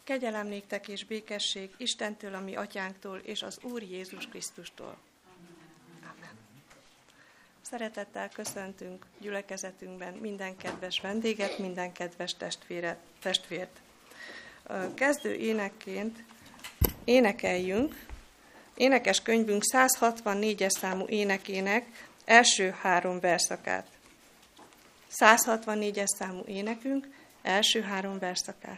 Kegyelem néktek és békesség Istentől, a mi atyánktól, és az Úr Jézus Krisztustól. Amen. Szeretettel köszöntünk gyülekezetünkben minden kedves vendéget, minden kedves testvért. Kezdő énekként énekeljünk énekes könyvünk 164-es számú énekének első 3 verszakát. 164-es számú énekünk első 3 verszakát.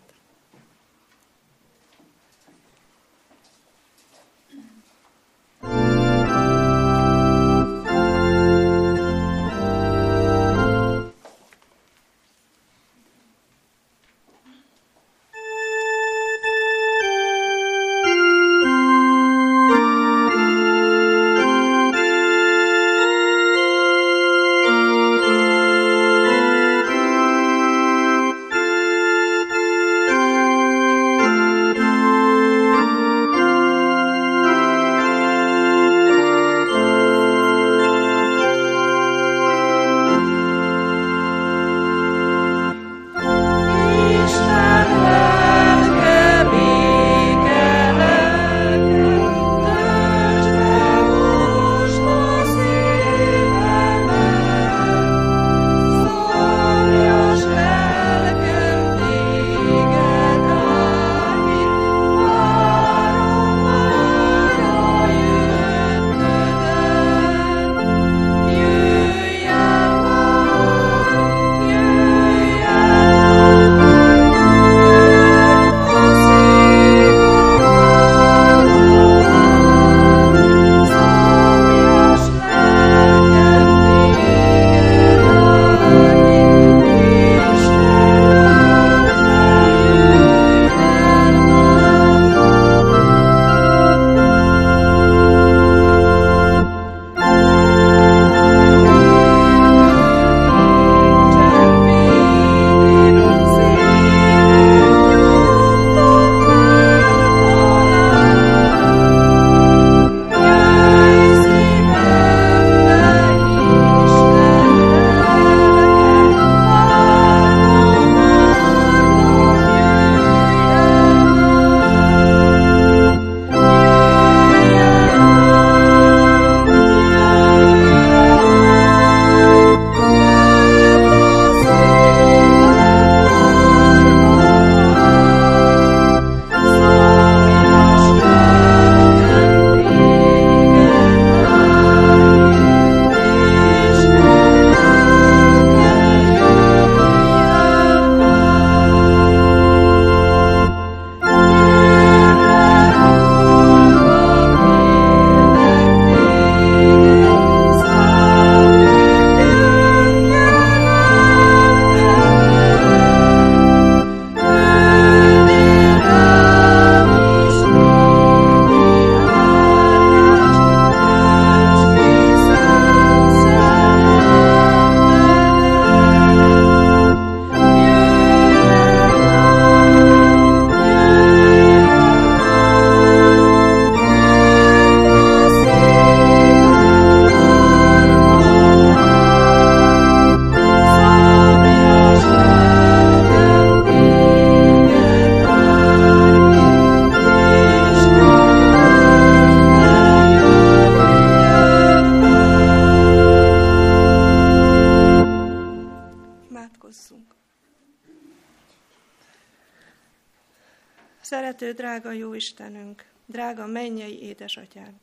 Szerető, drága jó Istenünk, drága mennyei édesatyánk!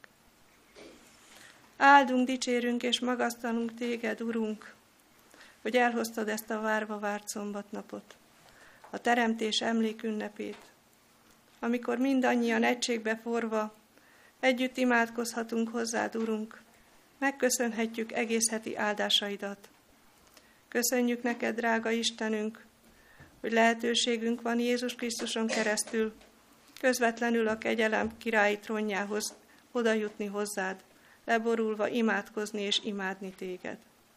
Áldunk, dicsérünk és magasztalunk téged, Urunk, hogy elhoztad ezt a várva várt szombatnapot, a teremtés emlékünnepét, amikor mindannyian egységbe forva együtt imádkozhatunk hozzád, Urunk, megköszönhetjük egész heti áldásaidat. Köszönjük neked, drága Istenünk, hogy lehetőségünk van Jézus Krisztuson keresztül közvetlenül a kegyelem királyi trónjához odajutni hozzád, leborulva imádkozni és imádni téged.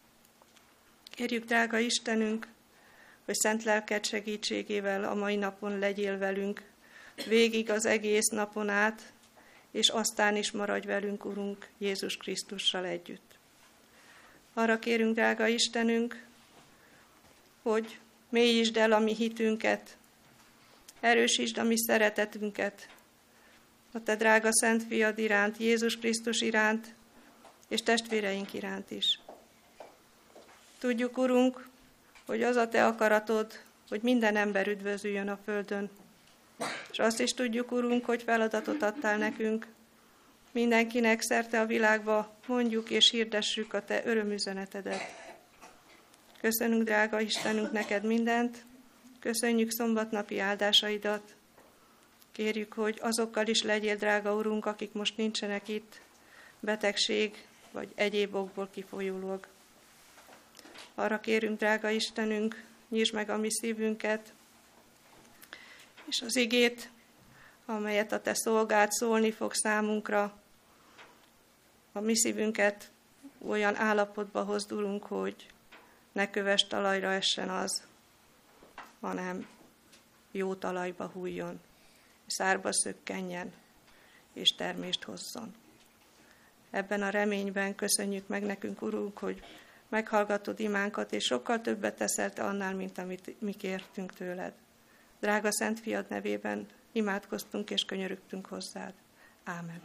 Kérjük, drága Istenünk, hogy szent lelked segítségével a mai napon legyél velünk, végig az egész napon át, és aztán is maradj velünk, Urunk, Jézus Krisztussal együtt. Arra kérünk, drága Istenünk, hogy mélyítsd el a mi hitünket, Erősítsd a mi szeretetünket a Te drága Szent Fiad iránt, Jézus Krisztus iránt, és testvéreink iránt is. Tudjuk, Urunk, hogy az a Te akaratod, hogy minden ember üdvözüljön a földön. És azt is tudjuk, Urunk, hogy feladatot adtál nekünk. Mindenkinek szerte a világba mondjuk és hirdessük a Te örömüzenetedet. Köszönünk, drága Istenünk, neked mindent. Köszönjük szombatnapi áldásaidat. Kérjük, hogy azokkal is legyél, drága Urunk, akik most nincsenek itt, betegség vagy egyéb okból kifolyólag. Arra kérünk, drága Istenünk, nyisd meg a mi szívünket, és az igét, amelyet a Te szolgád szólni fog számunkra, a mi szívünket olyan állapotba hozd, Urunk, hogy ne köves talajra essen az, hanem jó talajba hújjon, szárba szökkenjen, és termést hozzon. Ebben a reményben köszönjük meg nekünk, Urunk, hogy meghallgatod imánkat, és sokkal többet teszel Te annál, mint amit mi kértünk tőled. Drága Szent Fiad nevében imádkoztunk és könyörögtünk hozzád. Ámen.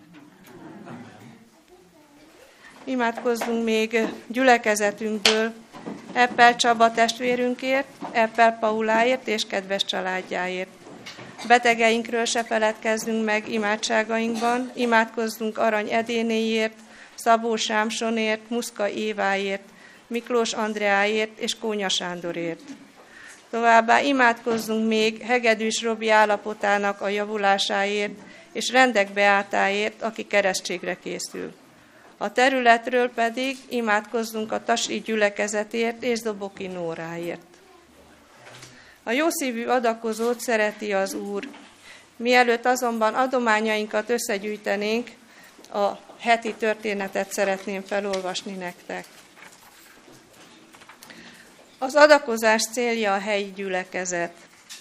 Imádkozzunk még gyülekezetünkből, Eppel Csaba testvérünkért, Eppel Pauláért és kedves családjáért. Betegeinkről se feledkezzünk meg imádságainkban, imádkozzunk Arany Edénéért, Szabó Sámsonért, Muszka Éváért, Miklós Andreáért és Kónya Sándorért. Továbbá imádkozzunk még Hegedűs Robi állapotának a javulásáért és Rendek Beátáért, aki keresztségre készül. A területről pedig imádkozzunk a Tasi gyülekezetért és Doboki Nóráért. A jószívű adakozót szereti az Úr. Mielőtt azonban adományainkat összegyűjtenénk, a heti történetet szeretném felolvasni nektek. Az adakozás célja a helyi gyülekezet.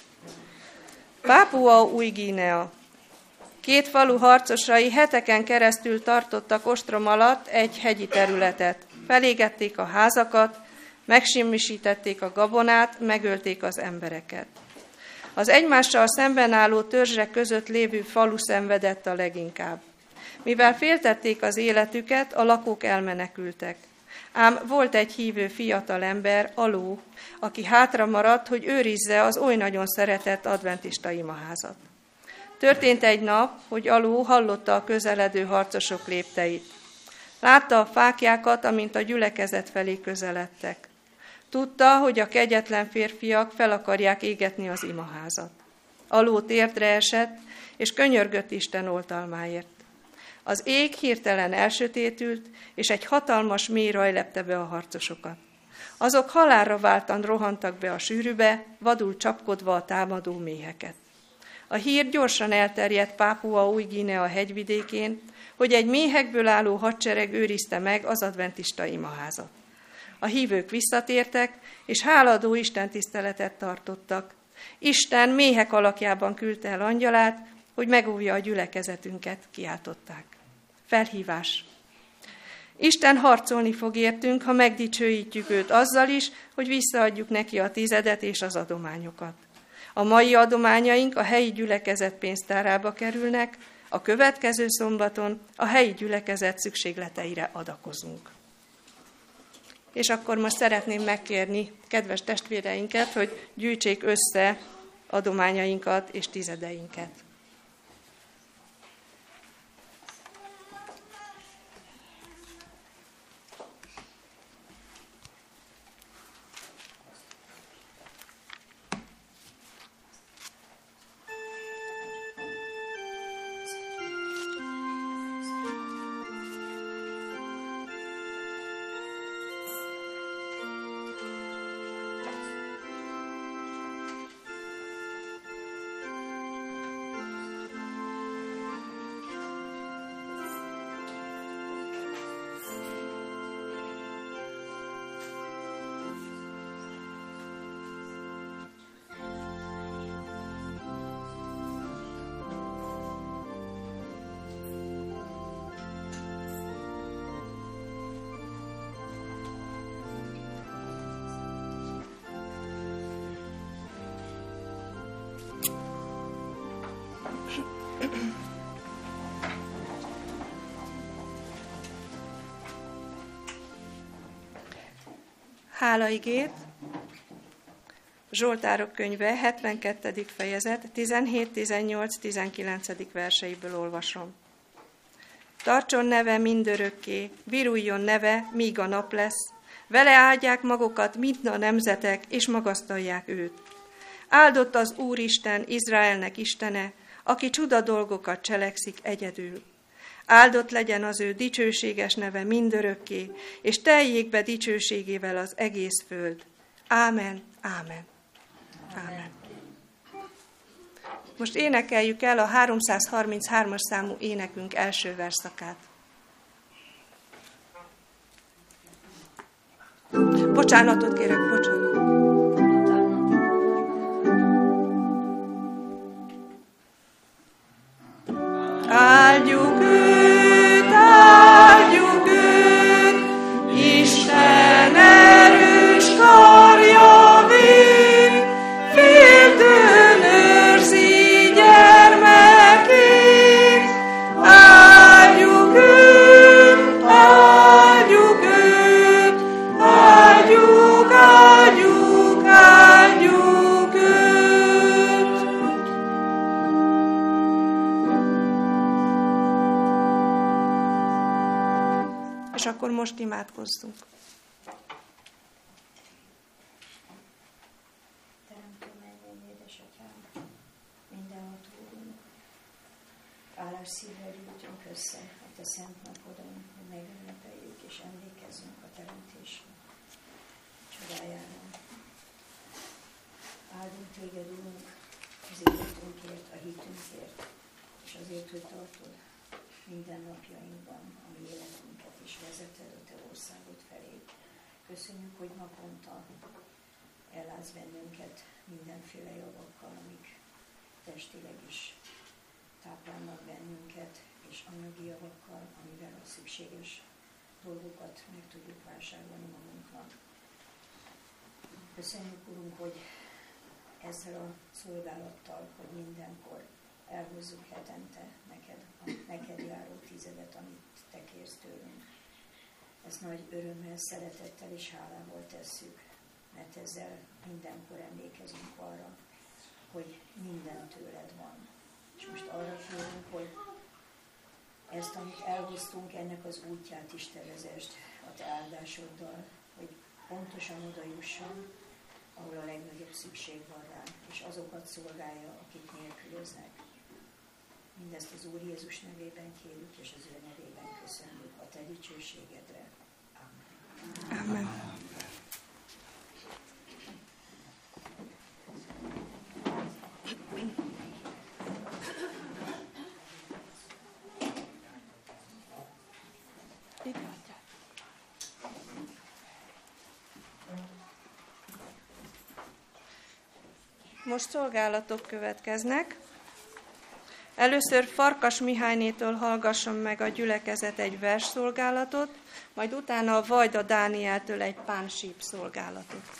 Pápua Új-Guinea. 2 falu harcosai heteken keresztül tartottak ostrom alatt egy hegyi területet. Felégették a házakat, megsemmisítették a gabonát, megölték az embereket. Az egymással szemben álló törzsek között lévő falu szenvedett a leginkább. Mivel féltették az életüket, a lakók elmenekültek. Ám volt egy hívő fiatalember, Aló, aki hátra maradt, hogy őrizze az oly nagyon szeretett adventista imaházat. Történt egy nap, hogy Aló hallotta a közeledő harcosok lépteit. Látta a fáklyákat, amint a gyülekezet felé közeledtek. Tudta, hogy a kegyetlen férfiak fel akarják égetni az imaházat. Aló térdre esett, és könyörgött Isten oltalmáért. Az ég hirtelen elsötétült, és egy hatalmas mély raj lepte be a harcosokat. Azok halálra váltan rohantak be a sűrűbe, vadul csapkodva a támadó méheket. A hír gyorsan elterjedt Pápua Új-Guinea hegyvidékén, hogy egy méhekből álló hadsereg őrizte meg az adventista imaházat. A hívők visszatértek, és háladó istentiszteletet tartottak. Isten méhek alakjában küldte el angyalát, hogy megóvja a gyülekezetünket, kiáltották. Felhívás. Isten harcolni fog értünk, ha megdicsőítjük őt azzal is, hogy visszaadjuk neki a 10 és az adományokat. A mai adományaink a helyi gyülekezet pénztárába kerülnek, a következő szombaton a helyi gyülekezet szükségleteire adakozunk. És akkor most szeretném megkérni kedves testvéreinket, hogy gyűjtsék össze adományainkat és tizedeinket. Hálaigét, Zsoltárok könyve, 72. fejezet, 17, 18, 19. verseiből olvasom. Tartson neve mindörökké, viruljon neve, míg a nap lesz, vele áldják magukat mind a nemzetek, és magasztalják őt. Áldott az Úristen, Izraelnek Istene, aki csuda dolgokat cselekszik egyedül. Áldott legyen az ő dicsőséges neve mindörökké, és teljék be dicsőségével az egész föld. Ámen, ámen, ámen. Most énekeljük el a 333-as számú énekünk első verszakát. Bocsánatot kérek, bocsánat. Áldjuk őt, Isten erős karja véd, féltőn őrzi gyermekét. Áldjuk őt, áldjuk őt, áldjuk, áldjuk, áldjuk őt. És akkor most imádkozzunk. Teremtő mennyei édesatyám, mindenható Úrunk, hálás szívvel gyűjtünk össze a te szent napodon, hogy megünnepeljük és emlékezzünk a teremtésre, csodájára. Áldunk téged, Úrunk, az életünkért, a hitünkért, és azért, hogy tartod minden napjainkban a mi életünket, és vezeted a te országod felé. Köszönjük, hogy naponta ellátsz bennünket mindenféle javakkal, amik testileg is táplálnak bennünket, és anyagi javakkal, amivel a szükséges dolgokat meg tudjuk vásárolni magunknak. Köszönjük, Urunk, hogy ezzel a szolgálattal, hogy mindenkor elhozzuk hetente neked járó tizedet, amit te kérsz tőlünk. Ezt nagy örömmel, szeretettel és hálával tesszük, mert ezzel mindenkor emlékezünk arra, hogy minden tőled van. És most arra kérünk, hogy ezt, amit elhoztunk, ennek az útját is te vezesd a te áldásoddal, hogy pontosan oda jusson, ahol a legnagyobb szükség van rá, és azokat szolgálja, akik nélkülöznek. Mindezt az Úr Jézus nevében kérjük, és az ő nevében köszönjük a te dicsőségedre. Amen. Amen. Most szolgálatok következnek. Először Farkas Mihálynétől hallgasson meg a gyülekezet egy versszolgálatot, majd utána a Vajda Dánieltől egy pánsíp szolgálatot.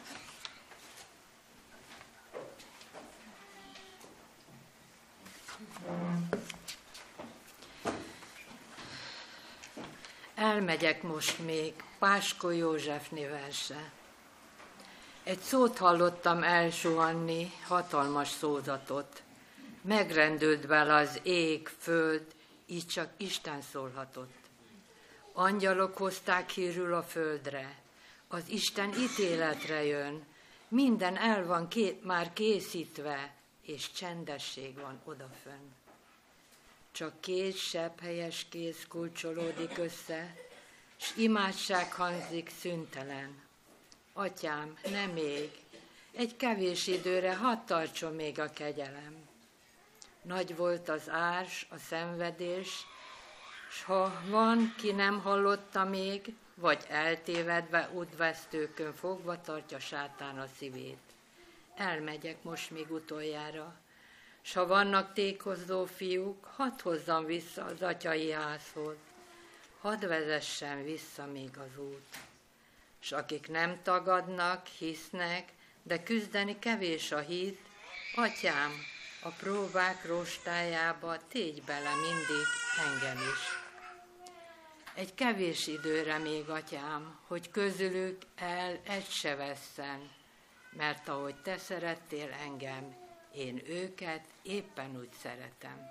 Elmegyek most még Páskó Józsefné verse. Egy szót hallottam elsuhanni, hatalmas szózatot. Megrendült vele az ég, föld, így csak Isten szólhatott. Angyalok hozták hírül a földre, az Isten ítéletre jön, minden el van már készítve, és csendesség van odafönn. Csak két sebhelyes kéz kulcsolódik össze, s imádság hangzik szüntelen. Atyám, ne még, egy kevés időre hadd tartson még a kegyelem. Nagy volt az árs, a szenvedés, s ha van, ki nem hallotta még, vagy eltévedve útvesztőkön fogva tartja sátán a szívét. Elmegyek most még utoljára, s ha vannak tékozó fiúk, hadd hozzam vissza az atyai házhoz, hadd vezessen vissza még az út. S akik nem tagadnak, hisznek, de küzdeni kevés a hit, atyám, a próbák rostájába tégy bele mindig engem is. Egy kevés időre még, atyám, hogy közülük el egy se vesszen, mert ahogy te szerettél engem, én őket éppen úgy szeretem.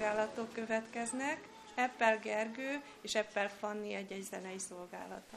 szolgálatok következnek. Eppel Gergő és Eppel Fanni egy zenei szolgálata.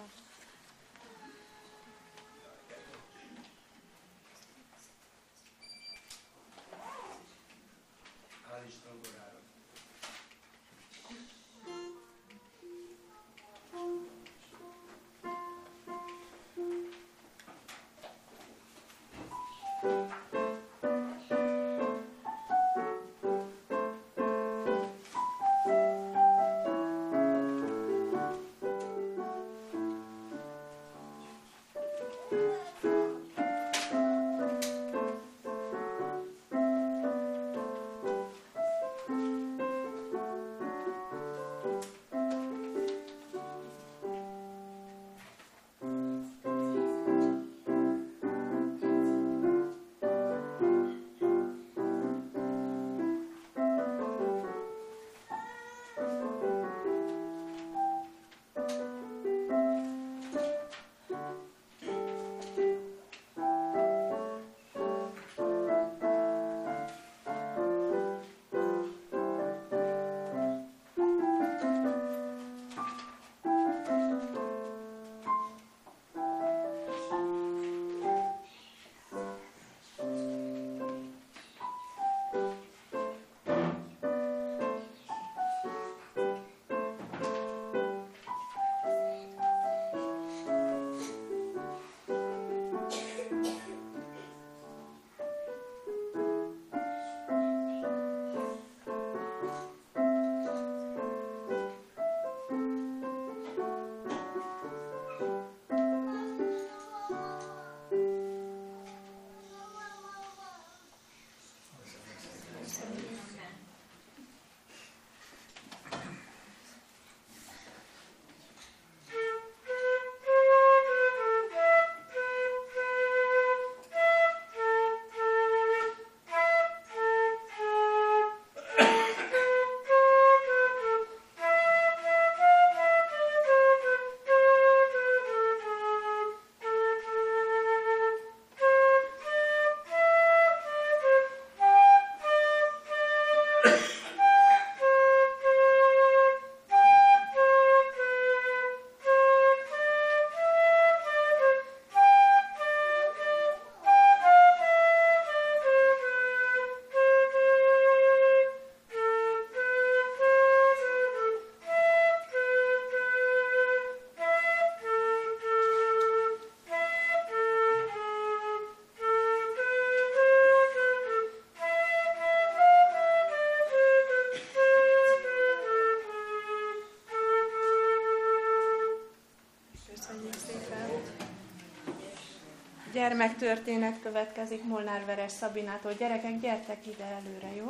Gyermektörténet következik Molnár Veres Szabinától. Gyerekek, gyertek ide előre, jó?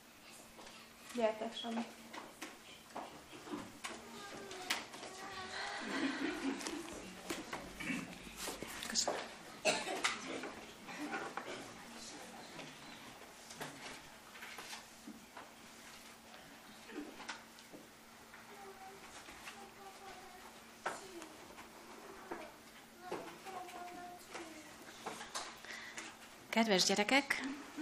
Gyertek, Sami. Köszönöm. Kedves gyerekek,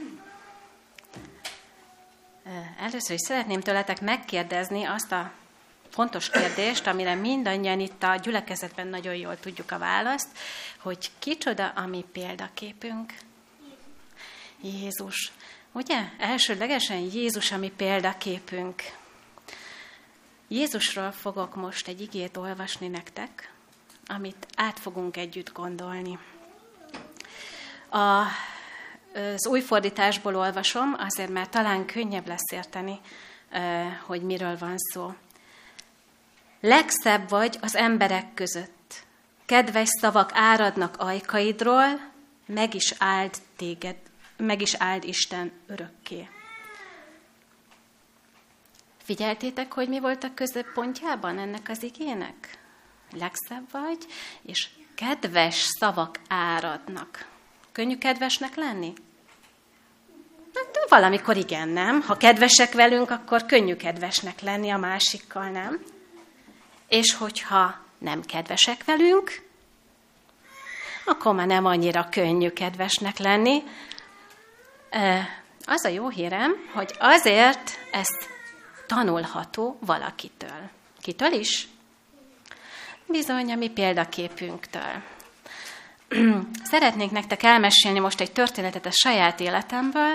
először is szeretném tőletek megkérdezni azt a fontos kérdést, amire mindannyian itt a gyülekezetben nagyon jól tudjuk a választ, hogy kicsoda a mi példaképünk? Jézus. Ugye? Elsődlegesen Jézus a mi példaképünk. Jézusról fogok most egy igét olvasni nektek, amit át fogunk együtt gondolni. Az új fordításból olvasom, azért már talán könnyebb lesz érteni, hogy miről van szó. Legszebb vagy az emberek között. Kedves szavak áradnak ajkaidról, meg is áld Isten örökké. Figyeltétek, hogy mi volt a középpontjában ennek az igének? Legszebb vagy, és kedves szavak áradnak. Könnyű kedvesnek lenni? Hát valamikor igen, nem? Ha kedvesek velünk, akkor könnyű kedvesnek lenni, a másikkal nem. És hogyha nem kedvesek velünk, akkor már nem annyira könnyű kedvesnek lenni. Az a jó hírem, hogy azért ezt tanulható valakitől. Kitől is? Bizony, a mi példaképünktől. Szeretnék nektek elmesélni most egy történetet a saját életemből.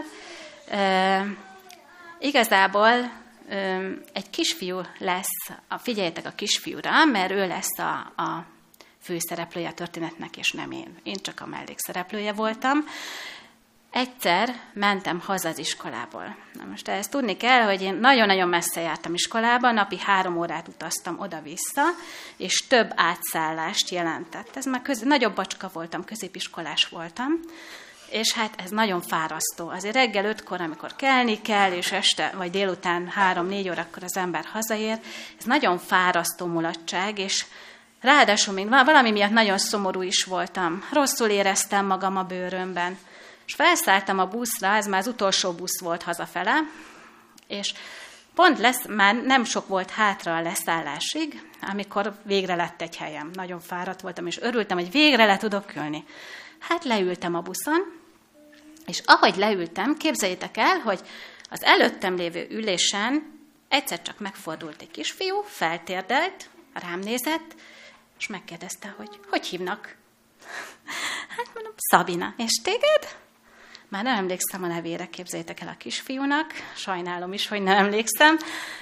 Igazából egy kisfiú lesz, figyeljetek a kisfiúra, mert ő lesz a főszereplője a történetnek, és nem én. Én csak a mellékszereplője voltam. Egyszer mentem haza az iskolából. Na most ezt tudni kell, hogy én nagyon-nagyon messze jártam iskolába, napi 3 órát utaztam oda-vissza, és több átszállást jelentett. Ez már nagyobb bacska voltam, középiskolás voltam, és hát ez nagyon fárasztó. Azért reggel 5-kor, amikor kelni kell, és este vagy délután 3-4 órakor az ember hazaér, ez nagyon fárasztó mulatság, és ráadásul még valami miatt nagyon szomorú is voltam. Rosszul éreztem magam a bőrömben. És felszálltam a buszra, ez már az utolsó busz volt hazafele, és pont már nem sok volt hátra a leszállásig, amikor végre lett egy helyem. Nagyon fáradt voltam, és örültem, hogy végre le tudok ülni. Hát leültem a buszon, és ahogy leültem, képzeljétek el, hogy az előttem lévő ülésen egyszer csak megfordult egy kisfiú, feltérdelt, rám nézett, és megkérdezte, hogy hívnak. Hát mondom, Szabina, és téged? Már nem emlékszem a nevére, képzeljétek el a kisfiúnak, sajnálom is, hogy nem emlékszem.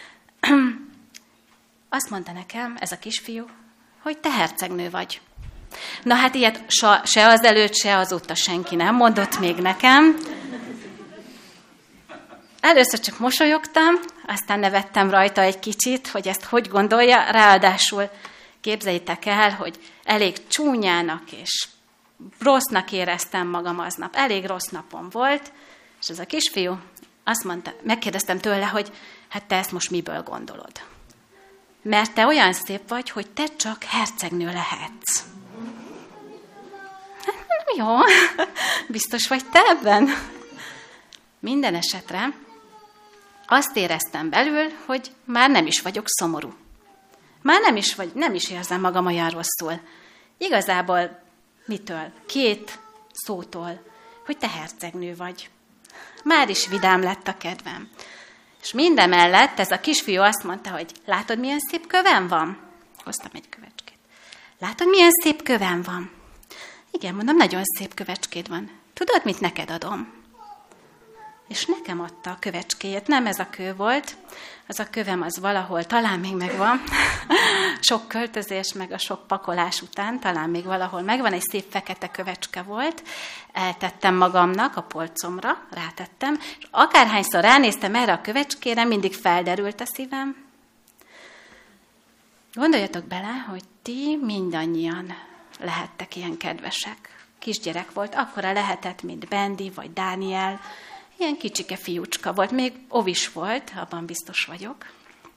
Azt mondta nekem ez a kisfiú, hogy te hercegnő vagy. Na hát ilyet se azelőtt, se azóta senki nem mondott még nekem. Először csak mosolyogtam, aztán nevettem rajta egy kicsit, hogy ezt hogy gondolja, ráadásul képzeljétek el, hogy elég csúnyának és rossznak éreztem magam aznap. Elég rossz napom volt, és ez a kisfiú azt mondta, megkérdeztem tőle, hogy hát te ezt most miből gondolod? Mert te olyan szép vagy, hogy te csak hercegnő lehetsz. Hát, jó, biztos vagy te ebben? Minden esetre azt éreztem belül, hogy már nem is vagyok szomorú. Már nem is érzem magam olyan rosszul. Igazából mitől? 2 szótól, hogy te hercegnő vagy. Már is vidám lett a kedvem. És mindemellett ez a kisfiú azt mondta, hogy látod, milyen szép kövem van? Hoztam egy kövecskét. Látod, milyen szép kövem van? Igen, mondom, nagyon szép kövecskéd van. Tudod, mit neked adom? És nekem adta a kövecskéjét. Nem ez a kő volt, az a kövem az valahol, talán még megvan, sok költözés, meg a sok pakolás után, talán még valahol megvan, egy szép fekete kövecske volt, eltettem magamnak a polcomra, rátettem, és akárhányszor ránéztem erre a kövecskére, mindig felderült a szívem. Gondoljatok bele, hogy ti mindannyian lehettek ilyen kedvesek. Kisgyerek volt, akkora lehetett, mint Bendi vagy Dániel, ilyen kicsike fiúcska volt, még ovis volt, abban biztos vagyok.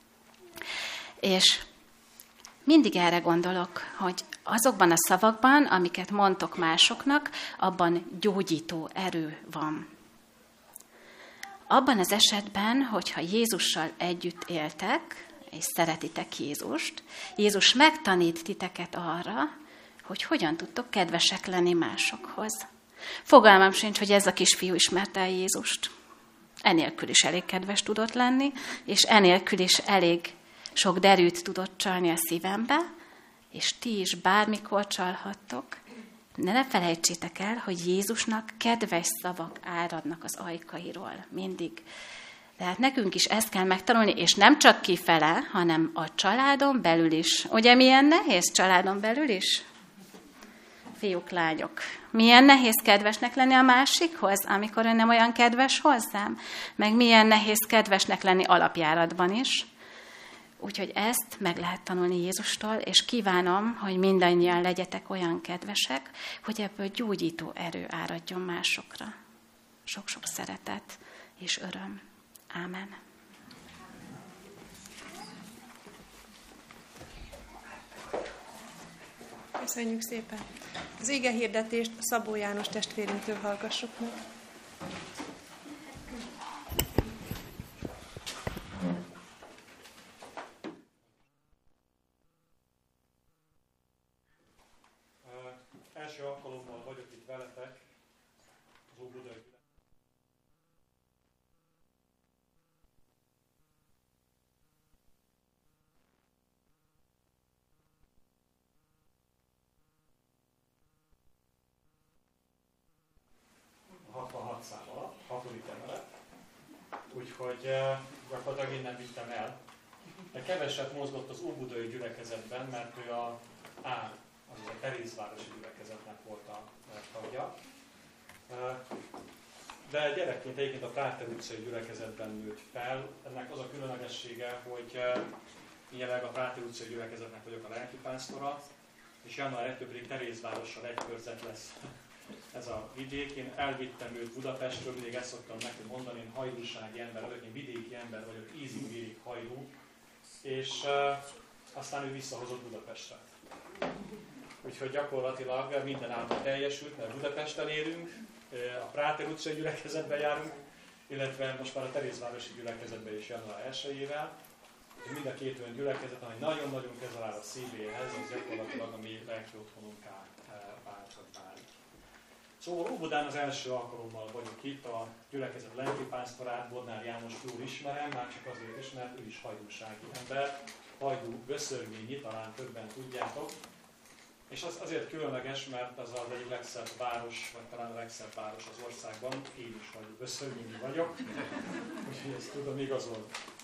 És mindig erre gondolok, hogy azokban a szavakban, amiket mondtok másoknak, abban gyógyító erő van. Abban az esetben, hogyha Jézussal együtt éltek, és szeretitek Jézust, Jézus megtanít titeket arra, hogy hogyan tudtok kedvesek lenni másokhoz. Fogalmam sincs, hogy ez a kisfiú ismerte el Jézust. Enélkül is elég kedves tudott lenni, és enélkül is elég sok derűt tudott csalni a szívembe, és ti is bármikor csalhattok. De ne felejtsétek el, hogy Jézusnak kedves szavak áradnak az ajkairól mindig. Tehát nekünk is ezt kell megtanulni, és nem csak kifele, hanem a családon belül is. Ugye milyen nehéz családon belül is? Fiúk, lányok. Milyen nehéz kedvesnek lenni a másikhoz, amikor ő nem olyan kedves hozzám? Meg milyen nehéz kedvesnek lenni alapjáratban is. Úgyhogy ezt meg lehet tanulni Jézustól, és kívánom, hogy mindannyian legyetek olyan kedvesek, hogy ebből gyógyító erő áradjon másokra. Sok-sok szeretet és öröm. Ámen. Köszönjük szépen! Az igehirdetést Szabó János testvérünktől hallgassuk meg. Első alkalommal vagyok itt veletek az Óbudai úgyhogy gyakorlatilag innen vittem el. De keveset mozgott az óbudai gyülekezetben, mert ő az a Terézvárosi gyülekezetnek volt a tagja. De gyerekként egyébként a Práter utcai gyülekezetben nőtt fel. Ennek az a különlegessége, hogy jelenleg a Práter utcai gyülekezetnek vagyok a lelkipásztora, és január 1-től pedig Terézvárossal egy körzet lesz ez a vidék. Én elvittem őt Budapestről, mindig ezt szoktam neki mondani, én hajdúsági ember vagyok, én vidéki ember vagyok, ízig hajdú, és aztán ő visszahozott Budapestre. Úgyhogy gyakorlatilag minden által teljesült, mert Budapesten élünk, a Práter utcai gyülekezetben járunk, illetve most már a Terézvárosi gyülekezetben is január 1-ével. Mind a két olyan gyülekezet, amely nagyon-nagyon közel áll a szívéhez, az gyakorlatilag a mi lelki otthonunká válthat. Szóval Óbudán az első alkalommal vagyok itt, a gyülekezet lelkipásztorát, Bodnár János jól ismerem, már csak azért is, mert ő is hajdúsági ember, hajdú Göszörményi, talán többen tudjátok. És az azért különleges, mert az az egyik legszebb város, vagy talán a legszebb város az országban, én is hajdú Göszörményi vagyok, úgyhogy ezt tudom igazolni.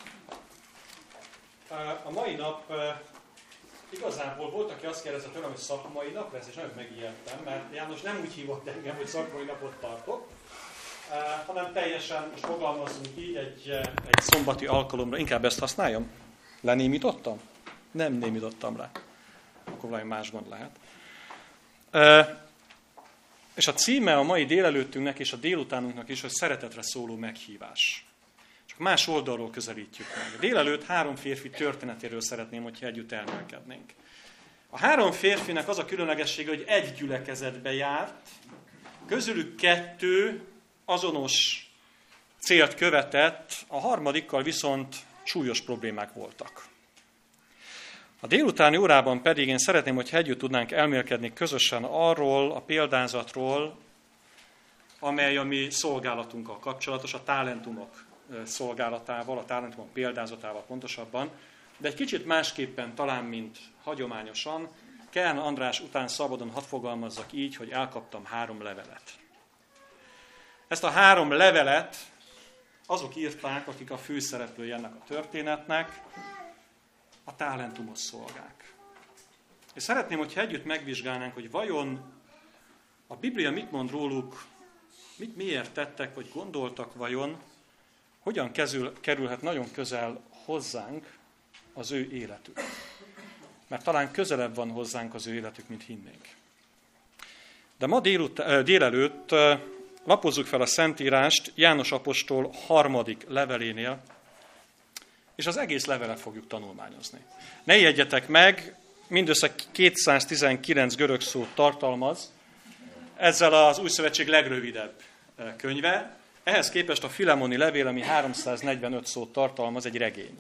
A mai nap igazából volt, aki azt kérdezte tőlem, hogy szakmai nap lesz, és nagyon megijedtem, mert János nem úgy hívott engem, hogy szakmai napot tartok, hanem teljesen, most fogalmazunk így, egy szombati alkalomra, inkább ezt használjam? Lenémítottam? Nem némítottam le. Akkor valami más gond lehet. És a címe a mai délelőttünknek és a délutánunknak is, hogy szeretetre szóló meghívás. Csak más oldalról közelítjük meg. Délelőtt 3 férfi történetéről szeretném, hogyha együtt elmélkednénk. A 3 férfinek az a különlegessége, hogy egy gyülekezetbe járt, közülük 2 azonos célt követett, a harmadikkal viszont súlyos problémák voltak. A délutáni órában pedig én szeretném, hogyha együtt tudnánk elmélkedni közösen arról a példázatról, amely a mi szolgálatunkkal kapcsolatos, a talentumok szolgálatával, a talentumok példázatával pontosabban, de egy kicsit másképpen talán, mint hagyományosan, Kern András után szabadon hadd fogalmazzak így, hogy elkaptam 3 levelet. Ezt a 3 levelet azok írták, akik a főszereplői ennek a történetnek, a talentumos szolgák. És szeretném, hogyha együtt megvizsgálnánk, hogy vajon a Biblia mit mond róluk, miért tettek, vagy gondoltak vajon, hogyan kerülhet nagyon közel hozzánk az ő életük. Mert talán közelebb van hozzánk az ő életük, mint hinnénk. De ma délelőtt lapozzuk fel a Szentírást János apostol 3. levelénél, és az egész levelet fogjuk tanulmányozni. Ne ijedjetek meg, mindössze 219 görög szót tartalmaz, ezzel az Új Szövetség legrövidebb könyve. Ehhez képest a Filemoni levél, ami 345 szót tartalmaz, egy regény.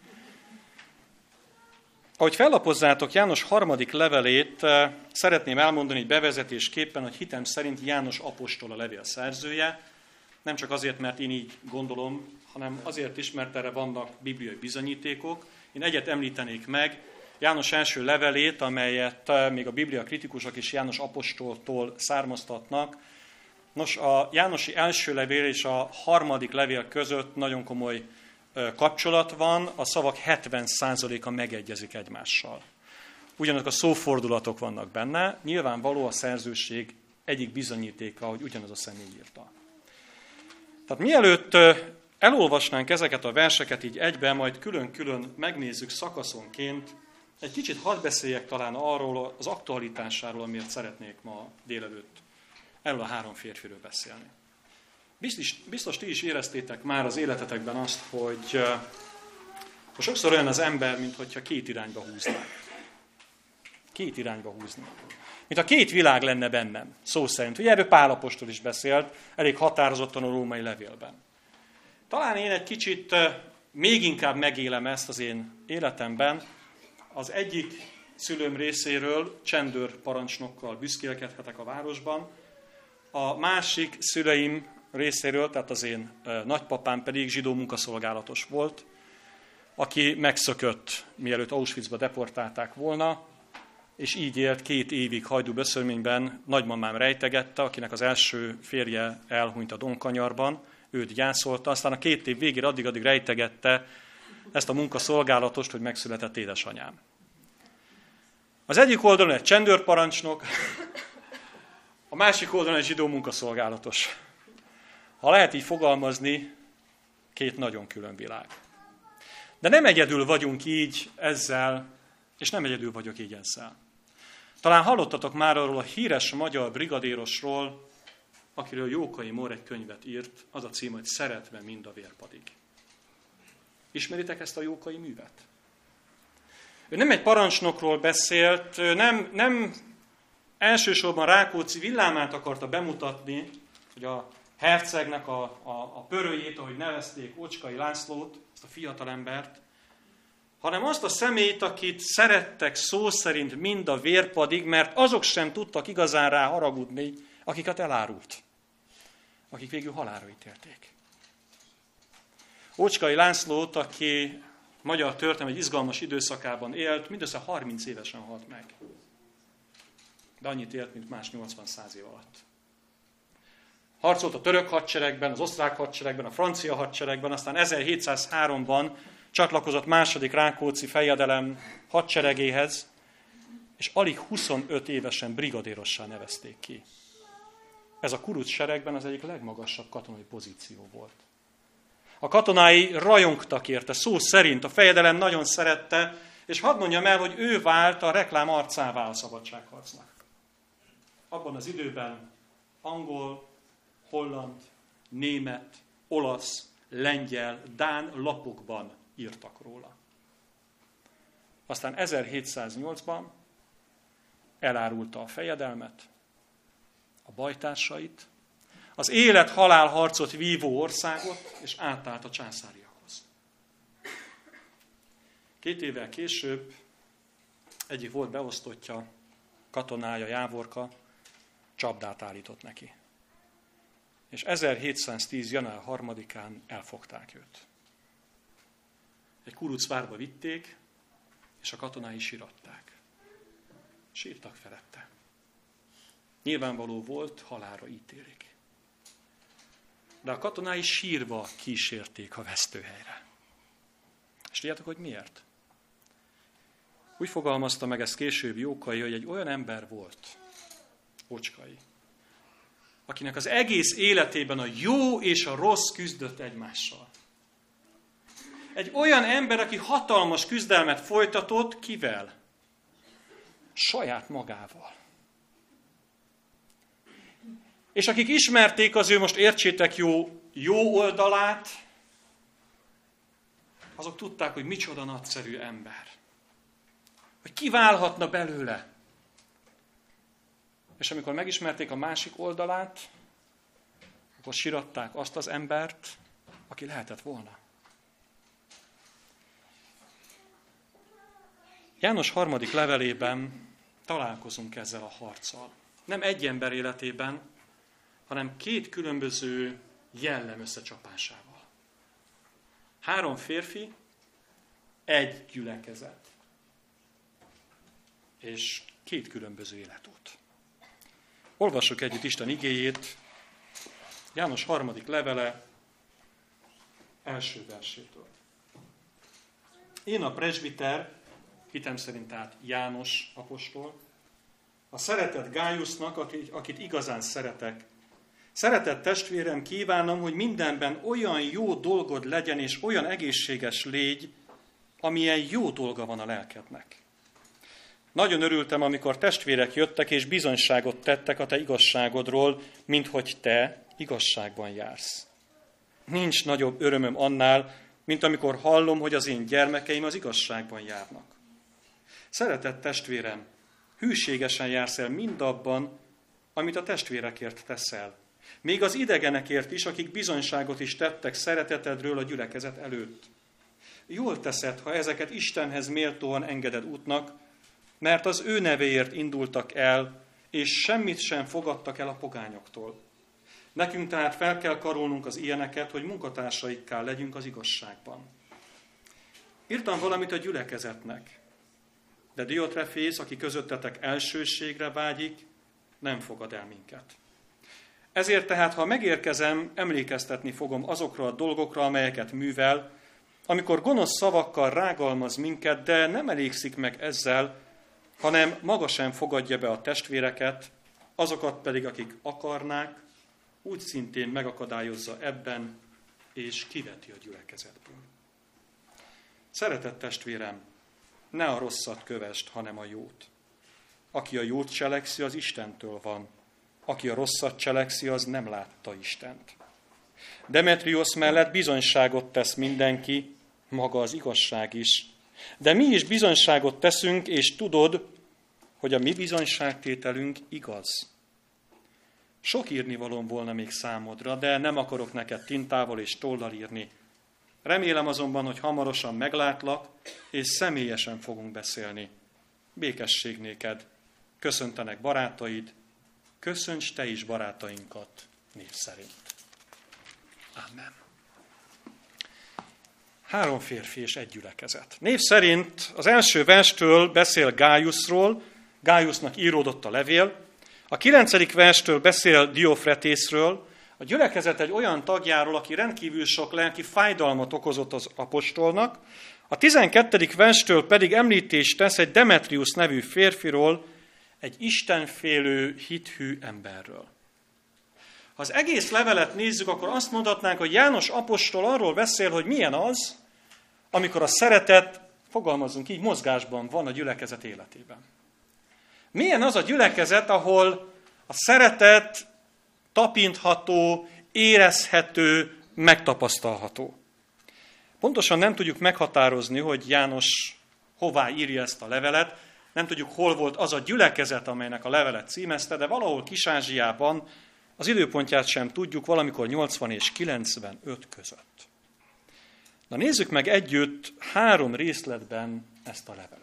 Ahogy fellapozzátok János 3. levelét, szeretném elmondani bevezetésképpen, hogy hitem szerint János apostol a levél szerzője, nem csak azért, mert én így gondolom, hanem azért is, mert erre vannak bibliai bizonyítékok. Én egyet említenék meg, János első levelét, amelyet még a biblia kritikusok is János apostoltól származtatnak. Nos, a Jánosi első levél és a 3. levél között nagyon komoly kapcsolat van, a szavak 70%-a megegyezik egymással. Ugyanazok a szófordulatok vannak benne, nyilvánvaló a szerzőség egyik bizonyítéka, hogy ugyanaz a személy írta. Tehát mielőtt elolvasnánk ezeket a verseket így egyben, majd külön-külön megnézzük szakaszonként, egy kicsit hadd beszéljek talán arról az aktualitásáról, amiért szeretnék ma délelőtt erről a 3 férfiről beszélni. Biztos ti is éreztétek már az életetekben azt, hogy sokszor olyan az ember, mintha 2 irányba húznák. 2 irányba húzni. Mint a 2 világ lenne bennem, szó szerint. Ugye erről Pál apostol is beszélt, elég határozottan a római levélben. Talán én egy kicsit még inkább megélem ezt az én életemben. Az egyik szülőm részéről csendőrparancsnokkal büszkélkedhetek a városban, a másik szüleim részéről, tehát az én nagypapám pedig zsidó munkaszolgálatos volt, aki megszökött, mielőtt Auschwitzba deportálták volna, és így élt 2 évig Hajdú-Böszörményben, nagymamám rejtegette, akinek az első férje elhunyt a Donkanyarban, őt gyászolta, aztán a 2 év végére addig rejtegette ezt a munkaszolgálatost, hogy megszületett édesanyám. Az egyik oldalon egy csendőrparancsnok, a másik oldalon egy zsidó munkaszolgálatos. Ha lehet így fogalmazni, 2 nagyon külön világ. De nem egyedül vagyunk így ezzel, és nem egyedül vagyok így ezzel. Talán hallottatok már arról a híres magyar brigadérosról, akiről Jókai Mór egy könyvet írt, az a cím, hogy Szeretve mind a vérpadig. Ismeritek ezt a Jókai művet? Ő nem egy parancsnokról beszélt, nem elsősorban Rákóczi villámát akarta bemutatni, hogy a hercegnek a pörőjét, ahogy nevezték Ocskay Lászlót, ezt a fiatalembert, hanem azt a személyt, akit szerettek szó szerint mind a vérpadig, mert azok sem tudtak igazán rá haragudni, akiket elárult, akik végül halálra ítélték. Ocskay Lászlót, aki magyar történelem egy izgalmas időszakában élt, mindössze 30 évesen halt meg. De annyit élt, mint más 80-100 év alatt. Harcolt a török hadseregben, az osztrák hadseregben, a francia hadseregben, aztán 1703-ban csatlakozott második Rákóczi fejedelem hadseregéhez, és alig 25 évesen brigadérossá nevezték ki. Ez a kuruc seregben az egyik legmagasabb katonai pozíció volt. A katonái rajongtak érte, szó szerint a fejedelem nagyon szerette, és hadd mondjam el, hogy ő vált a reklám arcává a szabadságharcnak. Abban az időben angol, holland, német, olasz, lengyel, dán lapokban írtak róla. Aztán 1708-ban elárulta a fejedelmet, a bajtársait, az élet-halál harcot vívó országot, és átállt a császáriakhoz. 2 évvel később egyik volt beosztottja, katonája, Jávorka, csapdát állított neki. És 1710. január 3-án elfogták őt. Egy kurucvárba vitték, és a katonái síratták. Sírtak felette. Nyilvánvaló volt, halálra ítélik. De a katonái sírva kísérték a vesztőhelyre. És tudjátok, hogy miért? Úgy fogalmazta meg ezt később Jókai, hogy egy olyan ember volt, Ocskay, akinek az egész életében a jó és a rossz küzdött egymással. Egy olyan ember, aki hatalmas küzdelmet folytatott, kivel? Saját magával. És akik ismerték az ő, most értsétek jó oldalát, azok tudták, hogy micsoda nagyszerű ember. Hogy kiválhatna belőle. És amikor megismerték a másik oldalát, akkor siratták azt az embert, aki lehetett volna. János 3. levelében találkozunk ezzel a harccal. Nem egy ember életében, hanem 2 különböző jellem összecsapásával. 3 férfi, 1 gyülekezet. És 2 különböző életút. Olvassuk együtt Isten igéjét, János 3. levele, első versétől. Én a presbiter, hitem szerint tehát János apostol, a szeretett Gájusznak, akit igazán szeretek. Szeretett testvérem, kívánom, hogy mindenben olyan jó dolgod legyen, és olyan egészséges légy, amilyen jó dolga van a lelkednek. Nagyon örültem, amikor testvérek jöttek, és bizonyságot tettek a te igazságodról, minthogy te igazságban jársz. Nincs nagyobb örömöm annál, mint amikor hallom, hogy az én gyermekeim az igazságban járnak. Szeretett testvérem, hűségesen jársz el mindabban, amit a testvérekért teszel. Még az idegenekért is, akik bizonyságot is tettek szeretetedről a gyülekezet előtt. Jól teszed, ha ezeket Istenhez méltóan engeded útnak, mert az ő nevéért indultak el, és semmit sem fogadtak el a pogányoktól. Nekünk tehát fel kell karolnunk az ilyeneket, hogy munkatársaikká legyünk az igazságban. Írtam valamit a gyülekezetnek, de Diotrefész, aki közöttetek elsőségre vágyik, nem fogad el minket. Ezért tehát, ha megérkezem, emlékeztetni fogom azokra a dolgokra, amelyeket művel, amikor gonosz szavakkal rágalmaz minket, de nem elégszik meg ezzel, hanem maga sem fogadja be a testvéreket, azokat pedig, akik akarnák, úgy szintén megakadályozza ebben, és kiveti a gyülekezetből. Szeretett testvérem, ne a rosszat kövesd, hanem a jót. Aki a jót cselekszi, az Istentől van. Aki a rosszat cselekszi, az nem látta Istent. Demetriosz mellett bizonyságot tesz mindenki, maga az igazság is. De mi is bizonyságot teszünk, és tudod, hogy a mi bizonyságtételünk igaz. Sok írnivalóm volna még számodra, de nem akarok neked tintával és tollal írni. Remélem azonban, hogy hamarosan meglátlak, és személyesen fogunk beszélni. Békesség néked. Köszöntenek barátaid, köszönts te is barátainkat név szerint. Amen. 3 férfi és egy gyülekezet. Név szerint az első verstől beszél Gájuszról, Gájusznak íródott a levél, a 9. verstől beszél Diofretészről, a gyülekezet egy olyan tagjáról, aki rendkívül sok lelki fájdalmat okozott az apostolnak, a 12. verstől pedig említést tesz egy Demetrius nevű férfiról, egy istenfélő, hithű emberről. Ha az egész levelet nézzük, akkor azt mondhatnánk, hogy János apostol arról beszél, hogy milyen az, amikor a szeretet, fogalmazunk így, mozgásban van a gyülekezet életében. Milyen az a gyülekezet, ahol a szeretet tapintható, érezhető, megtapasztalható. Pontosan nem tudjuk meghatározni, hogy János hová írja ezt a levelet, nem tudjuk, hol volt az a gyülekezet, amelynek a levelet címezte, de valahol Kis-Ázsiában, az időpontját sem tudjuk, valamikor 80 és 95 között. Na nézzük meg együtt 3 részletben ezt a levelet.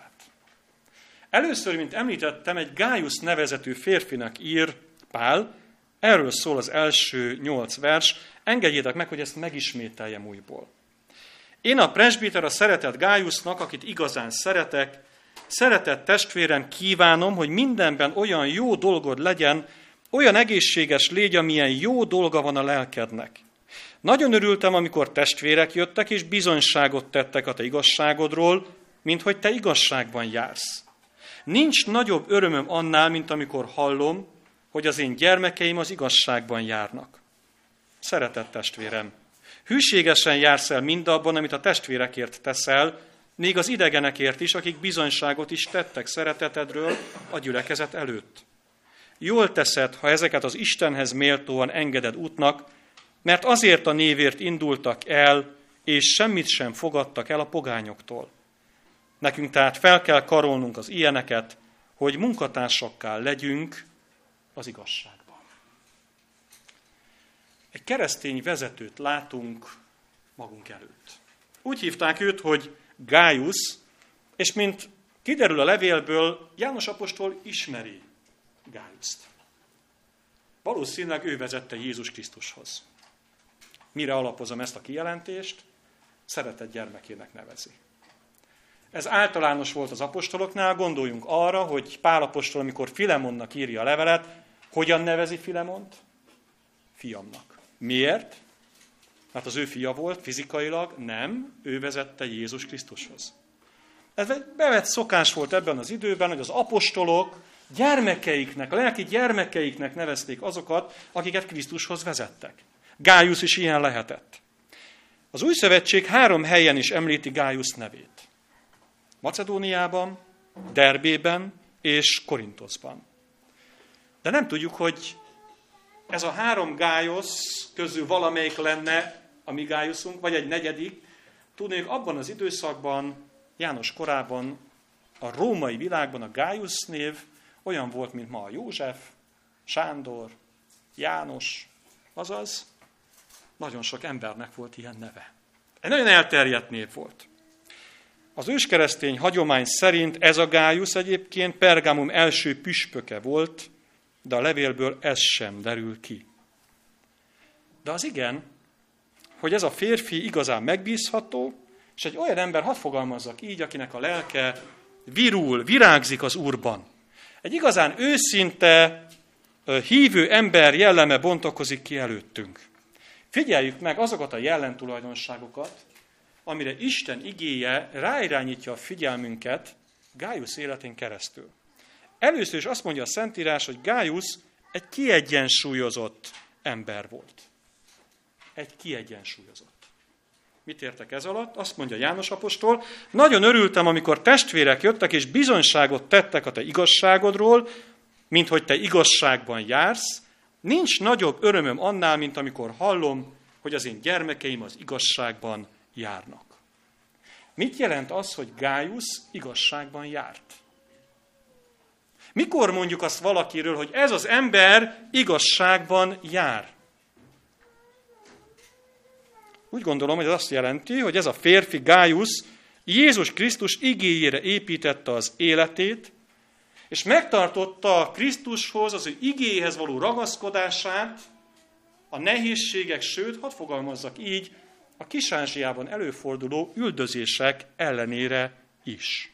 Először, mint említettem, egy Gájusz nevezetű férfinak ír Pál, erről szól az első 8 vers, engedjétek meg, hogy ezt megismételjem újból. Én a presbiter a szeretett Gájusznak, akit igazán szeretek, szeretett testvérem, kívánom, hogy mindenben olyan jó dolgod legyen, olyan egészséges légy, amilyen jó dolga van a lelkednek. Nagyon örültem, amikor testvérek jöttek, és bizonyságot tettek a te igazságodról, mint hogy te igazságban jársz. Nincs nagyobb örömöm annál, mint amikor hallom, hogy az én gyermekeim az igazságban járnak. Szeretett testvérem, hűségesen jársz el mindabban, amit a testvérekért teszel, még az idegenekért is, akik bizonyságot is tettek szeretetedről a gyülekezet előtt. Jól teszed, ha ezeket az Istenhez méltóan engeded útnak, mert azért a névért indultak el, és semmit sem fogadtak el a pogányoktól. Nekünk tehát fel kell karolnunk az ilyeneket, hogy munkatársakká legyünk az igazságban. Egy keresztény vezetőt látunk magunk előtt. Úgy hívták őt, hogy Gájusz, és mint kiderül a levélből, János apostol ismeri Gájuszt. Valószínűleg ő vezette Jézus Krisztushoz. Mire alapozom ezt a kijelentést? Szeretett gyermekének nevezi. Ez általános volt az apostoloknál, gondoljunk arra, hogy Pál apostol, amikor Filemonnak írja a levelet, hogyan nevezi Filemont? Fiamnak. Miért? Mert az ő fia volt fizikailag? Nem, ő vezette Jézus Krisztushoz. Ez bevett szokás volt ebben az időben, hogy az apostolok gyermekeiknek, lelki gyermekeiknek nevezték azokat, akiket Krisztushoz vezettek. Gájusz is ilyen lehetett. Az Új Szövetség 3 helyen is említi Gájusz nevét. Macedóniában, Derbében és Korinthoszban. De nem tudjuk, hogy ez a 3 Gájusz közül valamelyik lenne a mi Gájuszunk, vagy egy negyedik. Tudnék, abban az időszakban, János korában, a római világban a Gájusz név olyan volt, mint ma a József, Sándor, János, azaz nagyon sok embernek volt ilyen neve. Egy nagyon elterjedt név volt. Az őskeresztény hagyomány szerint ez a Gájusz egyébként Pergamum első püspöke volt, de a levélből ez sem derül ki. De az igen, hogy ez a férfi igazán megbízható, és egy olyan ember, hadd fogalmazzak így, akinek a lelke virul, virágzik az Úrban. Egy igazán őszinte, hívő ember jelleme bontakozik ki előttünk. Figyeljük meg azokat a jellentulajdonságokat, amire Isten igéje ráirányítja a figyelmünket Gájusz életén keresztül. Először is azt mondja a Szentírás, hogy Gájusz egy kiegyensúlyozott ember volt. Egy kiegyensúlyozott. Mit értek ez alatt? Azt mondja János apostol, nagyon örültem, amikor testvérek jöttek, és bizonyságot tettek a te igazságodról, mint hogy te igazságban jársz. Nincs nagyobb örömöm annál, mint amikor hallom, hogy az én gyermekeim az igazságban járnak. Mit jelent az, hogy Gájusz igazságban járt? Mikor mondjuk azt valakiről, hogy ez az ember igazságban jár? Úgy gondolom, hogy ez azt jelenti, hogy ez a férfi Gájusz Jézus Krisztus igéjére építette az életét, és megtartotta Krisztushoz, az ő igéhez való ragaszkodását, a nehézségek, sőt, hadd fogalmazzak így, a Kis-Ázsiában előforduló üldözések ellenére is.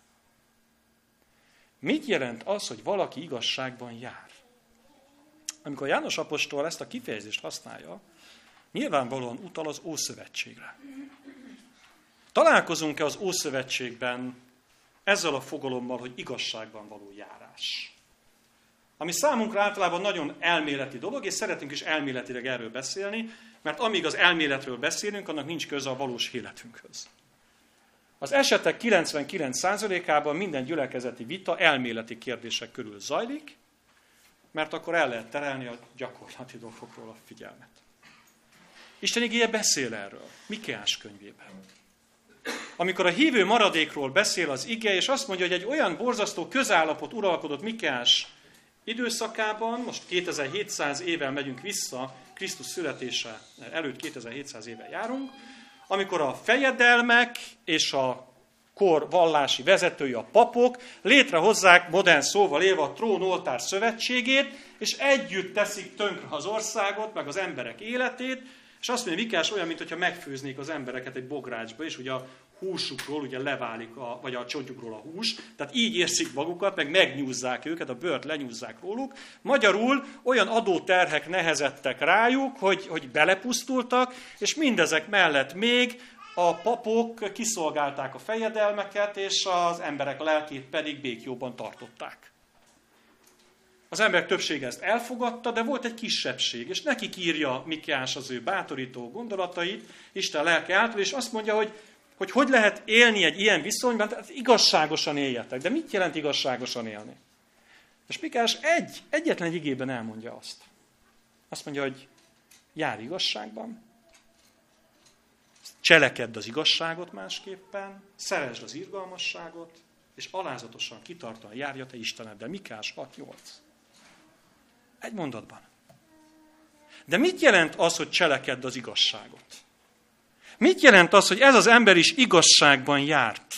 Mit jelent az, hogy valaki igazságban jár? Amikor János apostol ezt a kifejezést használja, nyilvánvalóan utal az Ószövetségre. Találkozunk-e az Ószövetségben ezzel a fogalommal, hogy igazságban való járás? Ami számunkra általában nagyon elméleti dolog, és szeretünk is elméletileg erről beszélni, mert amíg az elméletről beszélünk, annak nincs köze a valós életünkhöz. Az esetek 99%-ában minden gyülekezeti vita elméleti kérdések körül zajlik, mert akkor el lehet terelni a gyakorlati dolgokról a figyelmet. Isten igéje beszél erről, Mikéás könyvében. Amikor a hívő maradékról beszél az ige, és azt mondja, hogy egy olyan borzasztó közállapot uralkodott Mikéás időszakában, most 2700 évvel megyünk vissza, Krisztus születése előtt 2700 éve járunk, amikor a fejedelmek és a kor vallási vezetői, a papok létrehozzák, modern szóval élve, a trónoltár szövetségét, és együtt teszik tönkre az országot, meg az emberek életét, és azt mondja, Mikéás olyan, mintha megfőznék az embereket egy bográcsba, és ugye a húsukról ugye leválik, vagy a csontjukról a hús, tehát így érzik magukat, meg megnyúzzák őket, a bőrt lenyúzzák róluk. Magyarul olyan adóterhek nehezettek rájuk, hogy belepusztultak, és mindezek mellett még a papok kiszolgálták a fejedelmeket, és az emberek lelkét pedig békjóban tartották. Az emberek többsége ezt elfogadta, de volt egy kisebbség, és nekik írja Mikéás az ő bátorító gondolatait, Isten lelke által, és azt mondja, hogy lehet élni egy ilyen viszonyban, tehát igazságosan éljetek. De mit jelent igazságosan élni? És Mikéás egyetlen egy igében elmondja azt. Azt mondja, hogy járj igazságban, Cselekedd az igazságot másképpen, szeresd az irgalmasságot, és alázatosan, kitartóan járj a te Isteneddel. Mikás 6.8. Egy mondatban. De mit jelent az, hogy cselekedd az igazságot? Mit jelent az, hogy ez az ember is igazságban járt?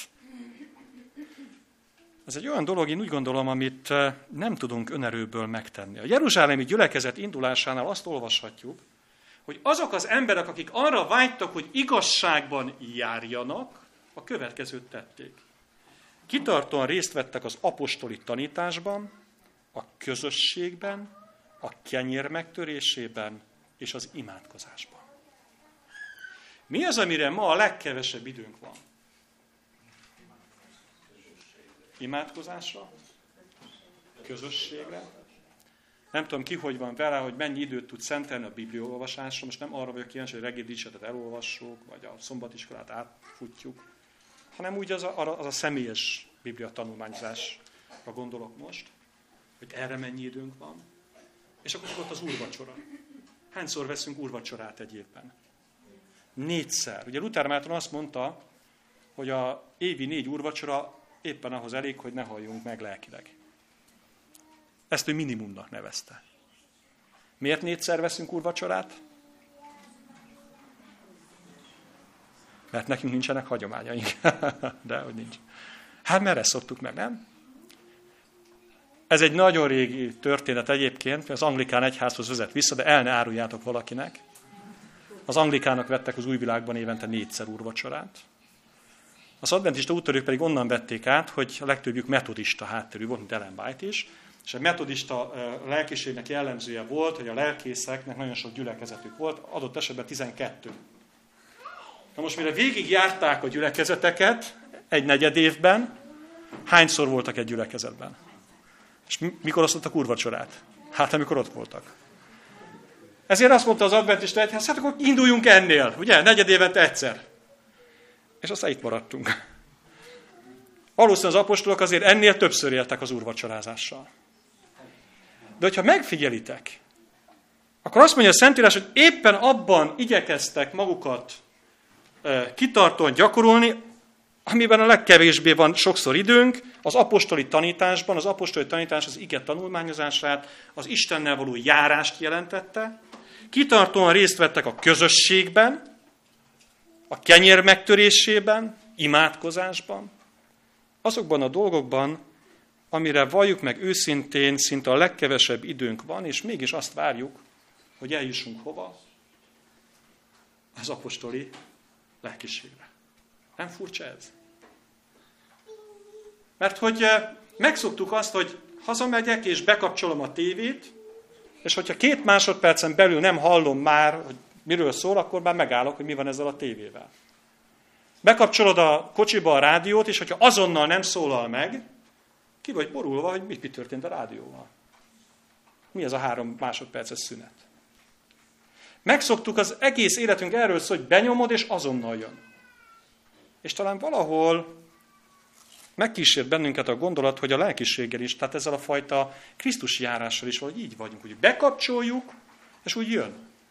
Ez egy olyan dolog, én úgy gondolom, amit nem tudunk önerőből megtenni. A jeruzsálemi gyülekezet indulásánál azt olvashatjuk, hogy azok az emberek, akik arra vágytak, hogy igazságban járjanak, a következőt tették. Kitartóan részt vettek az apostoli tanításban, a közösségben, a kenyér megtörésében és az imádkozásban. Mi az, amire ma a legkevesebb időnk van? Imádkozásra? Közösségre? Nem tudom ki, hogy van vele, hogy mennyi időt tud szentelni a bibliaolvasásra. Most nem arra vagyok kíváncsi, hogy reggeli dicséretet elolvassuk, vagy a szombatiskolát átfutjuk, hanem úgy az a személyes biblia tanulmányzásra gondolok most, hogy erre mennyi időnk van. És akkor ott az úrvacsora. Hányszor veszünk úrvacsorát egy évben? 4-szer. Ugye Luther Márton azt mondta, hogy a évi 4 úrvacsora éppen ahhoz elég, hogy ne halljunk meg lelkileg. Ezt ő minimumnak nevezte. Miért 4-szer veszünk úrvacsorát? Mert nekünk nincsenek hagyományaink. De hogy nincs. Hát mert ezt szoktuk meg, nem? Ez egy nagyon régi történet egyébként, az anglikán egyházhoz vezet vissza, de el ne áruljátok valakinek. Az anglikának vettek az új világban évente 4-szer úrvacsorát. Az adventista úttörők pedig onnan vették át, hogy a legtöbbjük metodista hátterű volt, mint Ellen White is, És a metodista lelkiségnek jellemzője volt, hogy a lelkészeknek nagyon sok gyülekezetük volt, adott esetben 12. Na most, mire végigjárták a gyülekezeteket egy negyed évben, hányszor voltak egy gyülekezetben? És mikor osztottak úrvacsorát? Hát, amikor ott voltak. Ezért azt mondta az adventista egyház, hát akkor induljunk ennél, ugye? Negyed évente egyszer. És aztán itt maradtunk. Valószínűleg az apostolok azért ennél többször éltek az úrvacsorázással. De hogyha megfigyelitek, akkor azt mondja a Szentírás, hogy éppen abban igyekeztek magukat kitartóan gyakorolni, amiben a legkevésbé van sokszor időnk, az apostoli tanításban. Az apostoli tanítás az ige tanulmányozását, az Istennel való járást jelentette. Kitartóan részt vettek a közösségben, a kenyér megtörésében, imádkozásban, azokban a dolgokban, amire valljuk meg őszintén, szinte a legkevesebb időnk van, és mégis azt várjuk, hogy eljussunk hova? Az apostoli lelkiségre. Nem furcsa ez? Mert hogy megszoktuk azt, hogy hazamegyek és bekapcsolom a tévét, és hogyha 2 másodpercen belül nem hallom már, hogy miről szól, akkor már megállok, hogy mi van ezzel a tévével. Bekapcsolod a kocsiba a rádiót, és hogyha azonnal nem szólal meg, ki vagy borulva, hogy mi történt a rádióval. Mi ez a 3 másodperces szünet? Megszoktuk, az egész életünk erről szól, hogy benyomod, és azonnal jön. És talán valahol megkísért bennünket a gondolat, hogy a lelkiséggel is, tehát ezzel a fajta Krisztus járással is valahogy így vagyunk, hogy bekapcsoljuk, és úgy jön.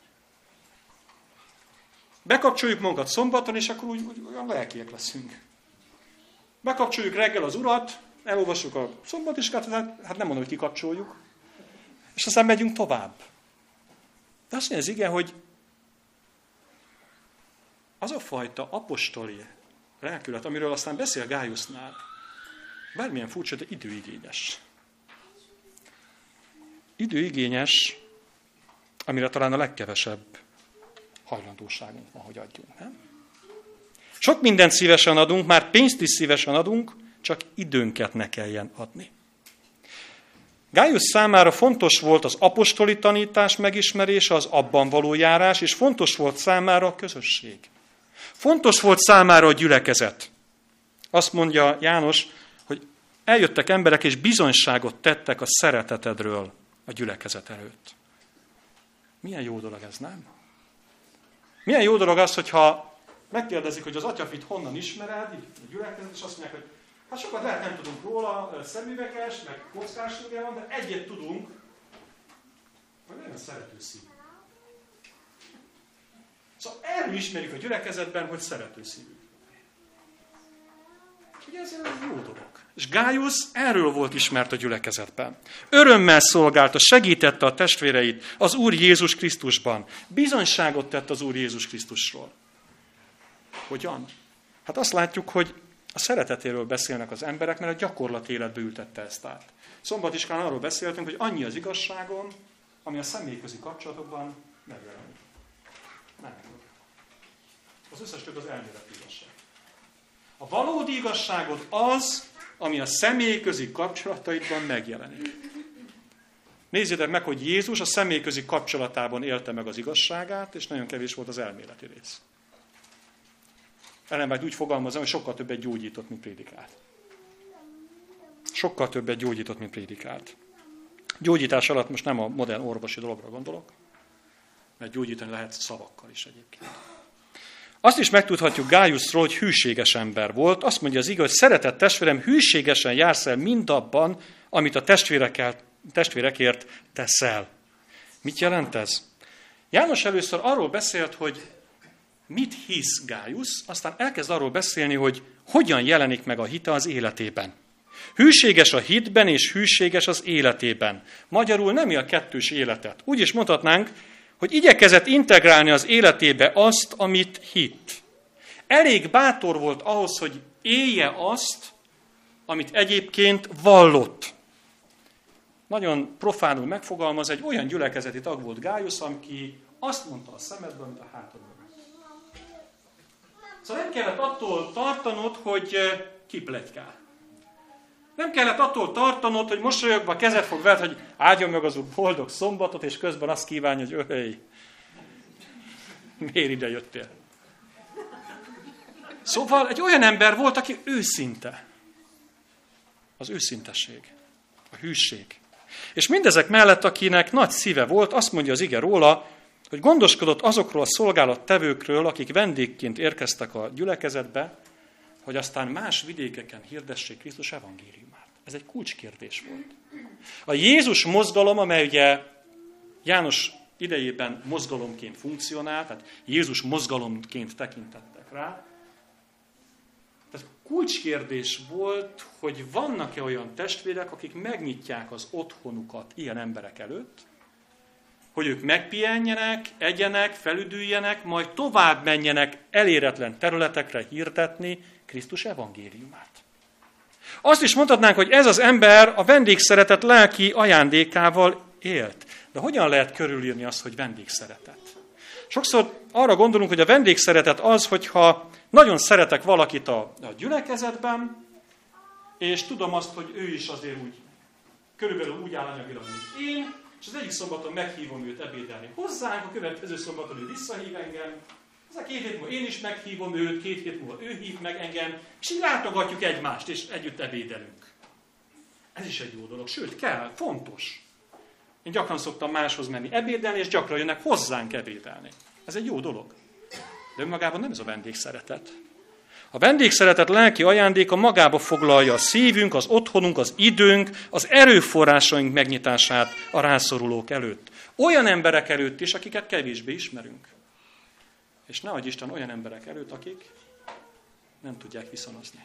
Bekapcsoljuk magunkat szombaton, és akkor úgy olyan lelkiek leszünk. Bekapcsoljuk reggel az Urat, elolvassuk a szombatiskát, hát nem mondom, hogy kikapcsoljuk, és aztán megyünk tovább. De azt mondja az ige, hogy az a fajta apostoli lelkület, amiről aztán beszél Gájusznál, bármilyen furcsa, de időigényes. Időigényes, amire talán a legkevesebb hajlandóságunk van, hogy adjunk, nem? Sok mindent szívesen adunk, már pénzt is szívesen adunk, csak időnket ne kelljen adni. Gájus számára fontos volt az apostoli tanítás megismerése, az abban való járás, és fontos volt számára a közösség. Fontos volt számára a gyülekezet. Azt mondja János, hogy eljöttek emberek, és bizonyságot tettek a szeretetedről a gyülekezet előtt. Milyen jó dolog ez, nem? Milyen jó dolog az, hogyha megkérdezik, hogy az atyafit honnan ismered, így a gyülekezet, és azt mondják, hogy hát sokat lehet nem tudunk róla, szemüveges, meg kockásnője van, de egyet tudunk, hogy nagyon szerető szív. Szóval erről ismerjük a gyülekezetben, hogy szerető szívű. Ugye ez egy jó dolog. És Gájus erről volt ismert a gyülekezetben. Örömmel szolgálta, segítette a testvéreit az Úr Jézus Krisztusban. Bizonyságot tett az Úr Jézus Krisztusról. Hogyan? Hát azt látjuk, hogy a szeretetéről beszélnek az emberek, mert a gyakorlati életbe ültette ezt át. Szombatisán arról beszéltünk, hogy annyi az igazságon, ami a személyközi kapcsolatokban megjelenik. Nem. Az összes több az elméleti igazság. A valódi igazságot az, ami a személyközi kapcsolataidban megjelenik. Nézzétek meg, hogy Jézus a személyközi kapcsolatában élte meg az igazságát, és nagyon kevés volt az elméleti rész. Ellen úgy fogalmazom, hogy sokkal többet gyógyított, mint prédikált. Sokkal többet gyógyított, mint prédikált. Gyógyítás alatt most nem a modern orvosi dologra gondolok, mert gyógyítani lehet szavakkal is egyébként. Azt is megtudhatjuk Gájusról, hogy hűséges ember volt. Azt mondja az ige, hogy szeretett testvérem, hűségesen jársz el mindabban, amit a testvérekért teszel. Mit jelent ez? János először arról beszélt, hogy mit hisz Gájus, aztán elkezd arról beszélni, hogy hogyan jelenik meg a hite az életében. Hűséges a hitben, és hűséges az életében. Magyarul nem a kettős életet. Úgy is mondhatnánk, hogy igyekezett integrálni az életébe azt, amit hitt. Elég bátor volt ahhoz, hogy élje azt, amit egyébként vallott. Nagyon profánul megfogalmaz, egy olyan gyülekezeti tag volt Gájus, aki azt mondta a szemedbe, amit a hátadba. Szóval nem kellett attól tartanod, hogy kipletykál. Nem kellett attól tartanod, hogy mosolyogva kezet fog veled, hogy áldjon meg az Úr boldog szombatot, és közben azt kívánja, hogy öhöj, miért ide jöttél? Szóval egy olyan ember volt, aki őszinte. Az őszintesség, a hűség. És mindezek mellett, akinek nagy szíve volt, azt mondja az ige róla, hogy gondoskodott azokról a szolgálattevőkről, akik vendégként érkeztek a gyülekezetbe, hogy aztán más vidékeken hirdessék Krisztus evangéliumát. Ez egy kulcskérdés volt. A Jézus mozgalom, amely ugye János idejében mozgalomként funkcionált, tehát Jézus mozgalomként tekintettek rá, tehát kulcskérdés volt, hogy vannak-e olyan testvérek, akik megnyitják az otthonukat ilyen emberek előtt, hogy ők megpihenjenek, egyenek, felüdüljenek, majd tovább menjenek eléretlen területekre hirdetni Krisztus evangéliumát. Azt is mondhatnánk, hogy ez az ember a vendégszeretet lelki ajándékával élt. De hogyan lehet körülírni azt, hogy vendégszeretet? Sokszor arra gondolunk, hogy a vendégszeretet az, hogyha nagyon szeretek valakit a gyülekezetben, és tudom azt, hogy ő is azért úgy, körülbelül úgy áll anyagilag, mint én, és az egyik szombaton meghívom őt ebédelni hozzánk, a következő szombaton ő visszahív engem, aztán 2 hét múlva én is meghívom őt, 2 hét múlva ő hív meg engem, és így látogatjuk egymást, és együtt ebédelünk. Ez is egy jó dolog, sőt, kell, fontos. Én gyakran szoktam máshoz menni ebédelni, és gyakran jönnek hozzánk ebédelni. Ez egy jó dolog. De önmagában nem ez a vendégszeretet. A vendégszeretet lelki ajándéka magába foglalja a szívünk, az otthonunk, az időnk, az erőforrásaink megnyitását a rászorulók előtt. Olyan emberek előtt is, akiket kevésbé ismerünk. És nehogy Isten olyan emberek előtt, akik nem tudják viszonozni.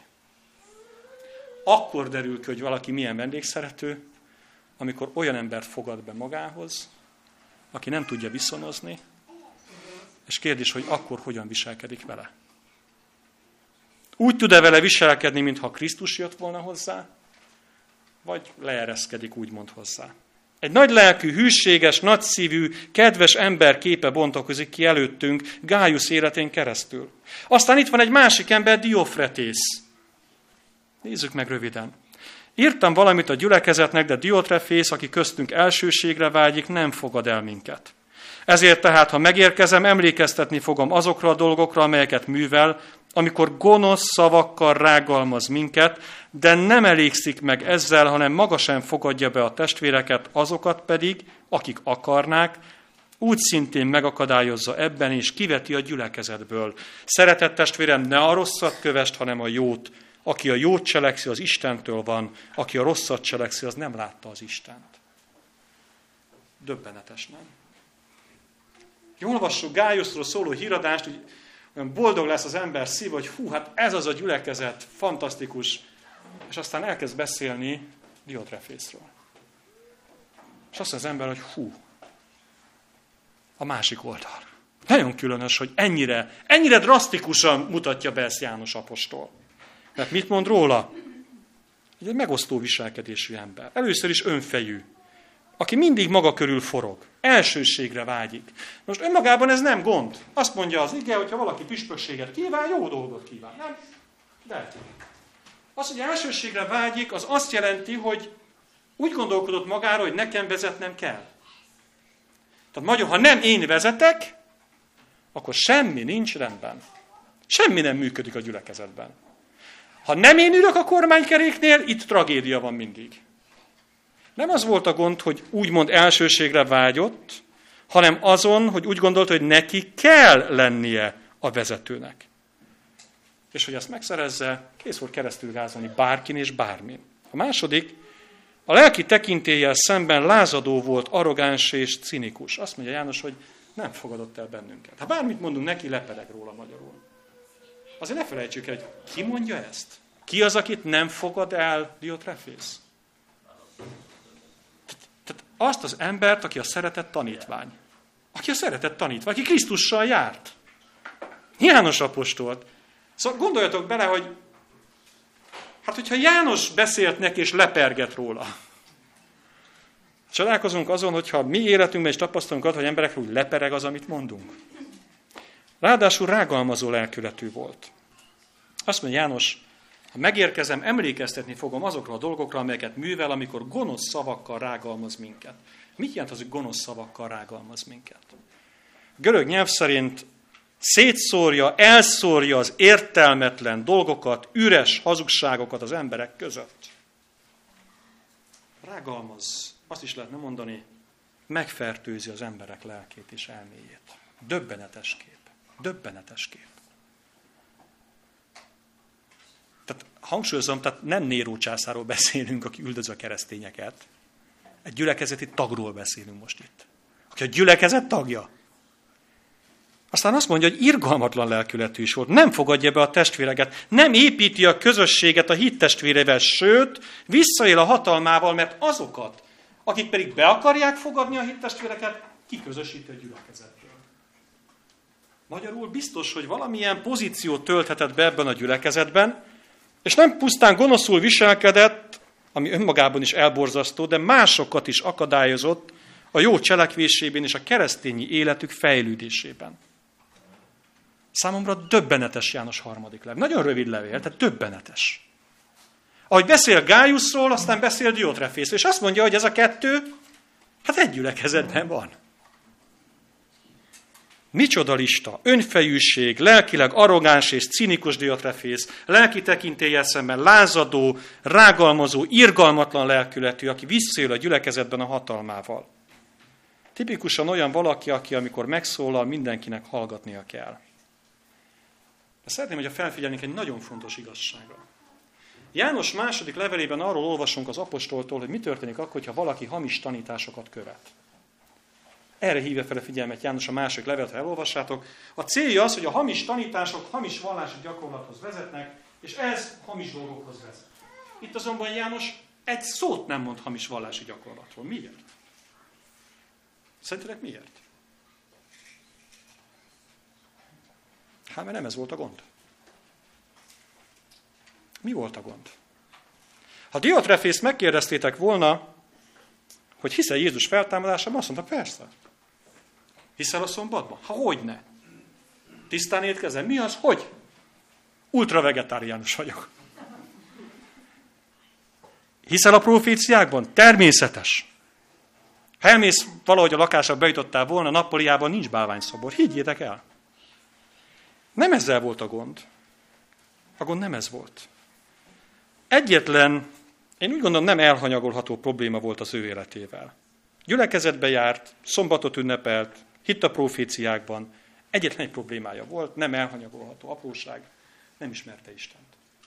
Akkor derül ki, hogy valaki milyen vendégszerető, amikor olyan embert fogad be magához, aki nem tudja viszonozni, és kérdés, hogy akkor hogyan viselkedik vele. Úgy tud-e vele viselkedni, mintha Krisztus jött volna hozzá, vagy leereszkedik úgymond hozzá. Egy nagy lelkű, hűséges, nagyszívű, kedves ember képe bontakozik ki előttünk Gájusz életén keresztül. Aztán itt van egy másik ember, Diótrefész. Nézzük meg röviden. Írtam valamit a gyülekezetnek, de Diótrefész, aki köztünk elsőségre vágyik, nem fogad el minket. Ezért tehát, ha megérkezem, emlékeztetni fogom azokra a dolgokra, amelyeket művel, amikor gonosz szavakkal rágalmaz minket, de nem elégszik meg ezzel, hanem maga sem fogadja be a testvéreket, azokat pedig, akik akarnák, úgy szintén megakadályozza ebben, és kiveti a gyülekezetből. Szeretett testvérem, ne a rosszat kövesd, hanem a jót. Aki a jót cselekszi, az Istentől van, aki a rosszat cselekszi, az nem látta az Istent. Döbbenetes, nem? Olvassuk Gájuszról szóló híradást, hogy olyan boldog lesz az ember szív, hogy hú, hát ez az a gyülekezet, fantasztikus, és aztán elkezd beszélni Diótrefészről. És azt az ember, hogy hú, a másik oldal. Nagyon különös, hogy ennyire drasztikusan mutatja be ezt János apostol. Mert mit mond róla? Egy megosztó viselkedésű ember. Először is önfejű, aki mindig maga körül forog, elsőségre vágyik. Most önmagában ez nem gond. Azt mondja az ige, hogyha valaki püspökséget kíván, jó dolgot kíván. Nem? De az, hogy elsőségre vágyik, az azt jelenti, hogy úgy gondolkodott magáról, hogy nekem vezetnem kell. Tehát magyar, ha nem én vezetek, akkor semmi nincs rendben. Semmi nem működik a gyülekezetben. Ha nem én ülök a kormánykeréknél, itt tragédia van mindig. Nem az volt a gond, hogy úgymond elsőségre vágyott, hanem azon, hogy úgy gondolta, hogy neki kell lennie a vezetőnek. És hogy ezt megszerezze, kész volt keresztül gázolni bárkin és bármin. A második, a lelki tekintéllyel szemben lázadó volt, arrogáns és cinikus. Azt mondja János, hogy nem fogadott el bennünket. Ha bármit mondunk neki, lepedek róla magyarul. Azért ne felejtsük el, hogy ki mondja ezt? Ki az, akit nem fogad el Diótrefész? Tehát azt az embert, aki a szeretett tanítvány. Aki a szeretett tanítvány, aki Krisztussal járt. János apostolt. Szóval gondoljatok bele, hogy hát hogyha János beszélt neki és leperget róla. Csodálkozunk azon, hogyha mi életünkben is tapasztalunk azt, hogy emberekről úgy lepereg az, amit mondunk. Ráadásul rágalmazó lelkületű volt. Azt mondja János, Ha megérkezem, emlékeztetni fogom azokra a dolgokra, amelyeket művel, amikor gonosz szavakkal rágalmaz minket. Mit jelent az, hogy gonosz szavakkal rágalmaz minket? Görög nyelv szerint szétszórja, elszórja az értelmetlen dolgokat, üres hazugságokat az emberek között. Rágalmaz, azt is lehetne mondani, megfertőzi az emberek lelkét és elméjét. Döbbenetes kép. Döbbenetes kép. Tehát hangsúlyozom, tehát nem Néró császárról beszélünk, aki üldözi a keresztényeket. Egy gyülekezeti tagról beszélünk most itt. Aki a gyülekezet tagja. Aztán azt mondja, hogy irgalmatlan lelkületű is volt. Nem fogadja be a testvéreket, nem építi a közösséget a hittestvérével, sőt, visszaél a hatalmával, mert azokat, akik pedig be akarják fogadni a hittestvéreket, kiközösíti a gyülekezetből. Magyarul biztos, hogy valamilyen pozíciót tölthetett be ebben a gyülekezetben, és nem pusztán gonoszul viselkedett, ami önmagában is elborzasztó, de másokat is akadályozott a jó cselekvésében és a keresztényi életük fejlődésében. Számomra döbbenetes János harmadik levél. Nagyon rövid levél, tehát döbbenetes. Ahogy beszél Gájuszról, aztán beszél Diotrefészről, és azt mondja, hogy ez a kettő, hát egy gyülekezetben van. Micsoda lista, önfejűség, lelkileg arrogáns és cinikus Diotrefész, lelki tekintéllyel szemben lázadó, rágalmazó, irgalmatlan lelkületű, aki visszaél a gyülekezetben a hatalmával. Tipikusan olyan valaki, aki amikor megszólal, mindenkinek hallgatnia kell. De szeretném, hogy felfigyelnénk egy nagyon fontos igazságra. János második levelében arról olvasunk az apostoltól, hogy mi történik akkor, hogyha valaki hamis tanításokat követ. Erre hívja fel a figyelmet János a második levelet, ha elolvassátok. A célja az, hogy a hamis tanítások hamis vallási gyakorlathoz vezetnek, és ez hamis dolgokhoz vezet. Itt azonban János egy szót nem mond hamis vallási gyakorlatról. Miért? Szerintetek miért? Hát, mert nem ez volt a gond. Mi volt a gond? Ha Diotrefészt megkérdeztétek volna, hogy hiszel Jézus feltámadásában, azt mondta, persze. Hiszel a szombatban? Ha hogyne. Tisztán étkezem. Mi az? Hogy? Ultravegetáriánus vagyok. Hiszel a proféciákban? Természetes. Ha elmész valahogy a lakásra bejutottál volna, Napoliában nincs bálványszobor. Higgyétek el. Nem ezzel volt a gond. A gond nem ez volt. Egyetlen, én úgy gondolom, nem elhanyagolható probléma volt az ő életével. Gyülekezetbe járt, szombatot ünnepelt, hitt a proféciákban. Egyetlen egy problémája volt, nem elhanyagolható apróság, nem ismerte Istent.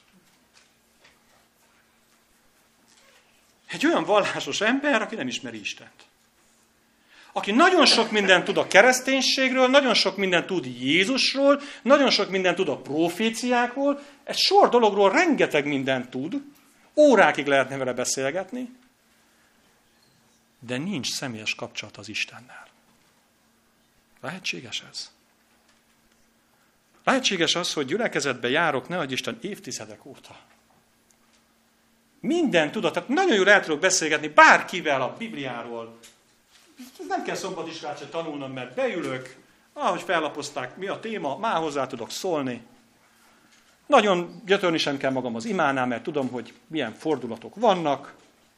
Egy olyan vallásos ember, aki nem ismeri Istent. Aki nagyon sok mindent tud a kereszténységről, nagyon sok mindent tud Jézusról, nagyon sok mindent tud a proféciákról, egy sor dologról rengeteg mindent tud, órákig lehetne vele beszélgetni, de nincs személyes kapcsolat az Istennel. Lehetséges ez? Lehetséges az, hogy gyülekezetbe járok, ne adj Isten, évtizedek óta. Minden tudat, tehát nagyon jól el tudok beszélgetni bárkivel a Bibliáról. Nem kell szombatiskolát se tanulnom, mert beülök, ahogy fellapozták, mi a téma, már hozzá tudok szólni. Nagyon gyötörni sem kell magam az imánál, mert tudom, hogy milyen fordulatok vannak.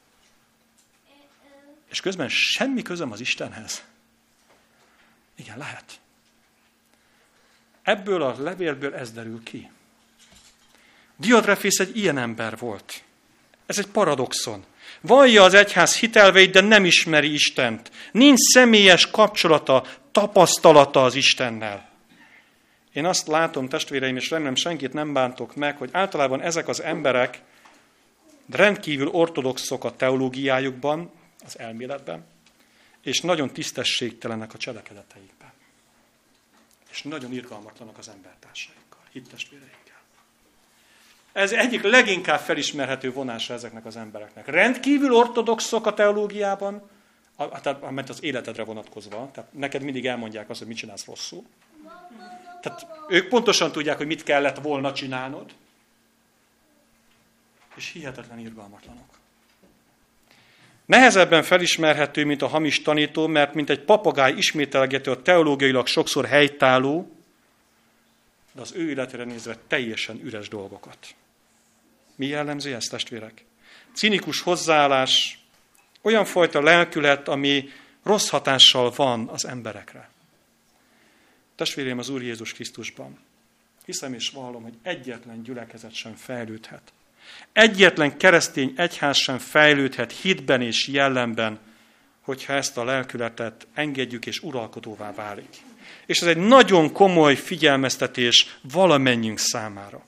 És közben semmi közöm az Istenhez. Igen, lehet. Ebből a levélből ez derül ki. Diotrefész egy ilyen ember volt. Ez egy paradoxon. Vallja az egyház hitelveit, de nem ismeri Istent. Nincs személyes kapcsolata, tapasztalata az Istennel. Én azt látom, testvéreim, és remélem senkit nem bántok meg, hogy általában ezek az emberek rendkívül ortodoxok a teológiájukban, az elméletben, és nagyon tisztességtelenek a cselekedeteikben. És nagyon irgalmatlanak az embertársaikkal, hittestvéreinkkel. Ez egyik leginkább felismerhető vonása ezeknek az embereknek. Rendkívül ortodoxok a teológiában, mert az életedre vonatkozva, tehát neked mindig elmondják azt, hogy mit csinálsz rosszul. Tehát ők pontosan tudják, hogy mit kellett volna csinálnod, és hihetetlen irgalmatlanok. Nehezebben felismerhető, mint a hamis tanító, mert mint egy papagáj ismételgető a teológiailag sokszor helytálló, de az ő életére nézve teljesen üres dolgokat. Mi jellemzi ezt, testvérek? Cinikus hozzáállás, olyan fajta lelkület, ami rossz hatással van az emberekre. Testvérem az Úr Jézus Krisztusban. Hiszem és vallom, hogy egyetlen gyülekezet sem fejlődhet. Egyetlen keresztény egyház sem fejlődhet hitben és jellemben, hogyha ezt a lelkületet engedjük és uralkodóvá válik. És ez egy nagyon komoly figyelmeztetés valamennyünk számára.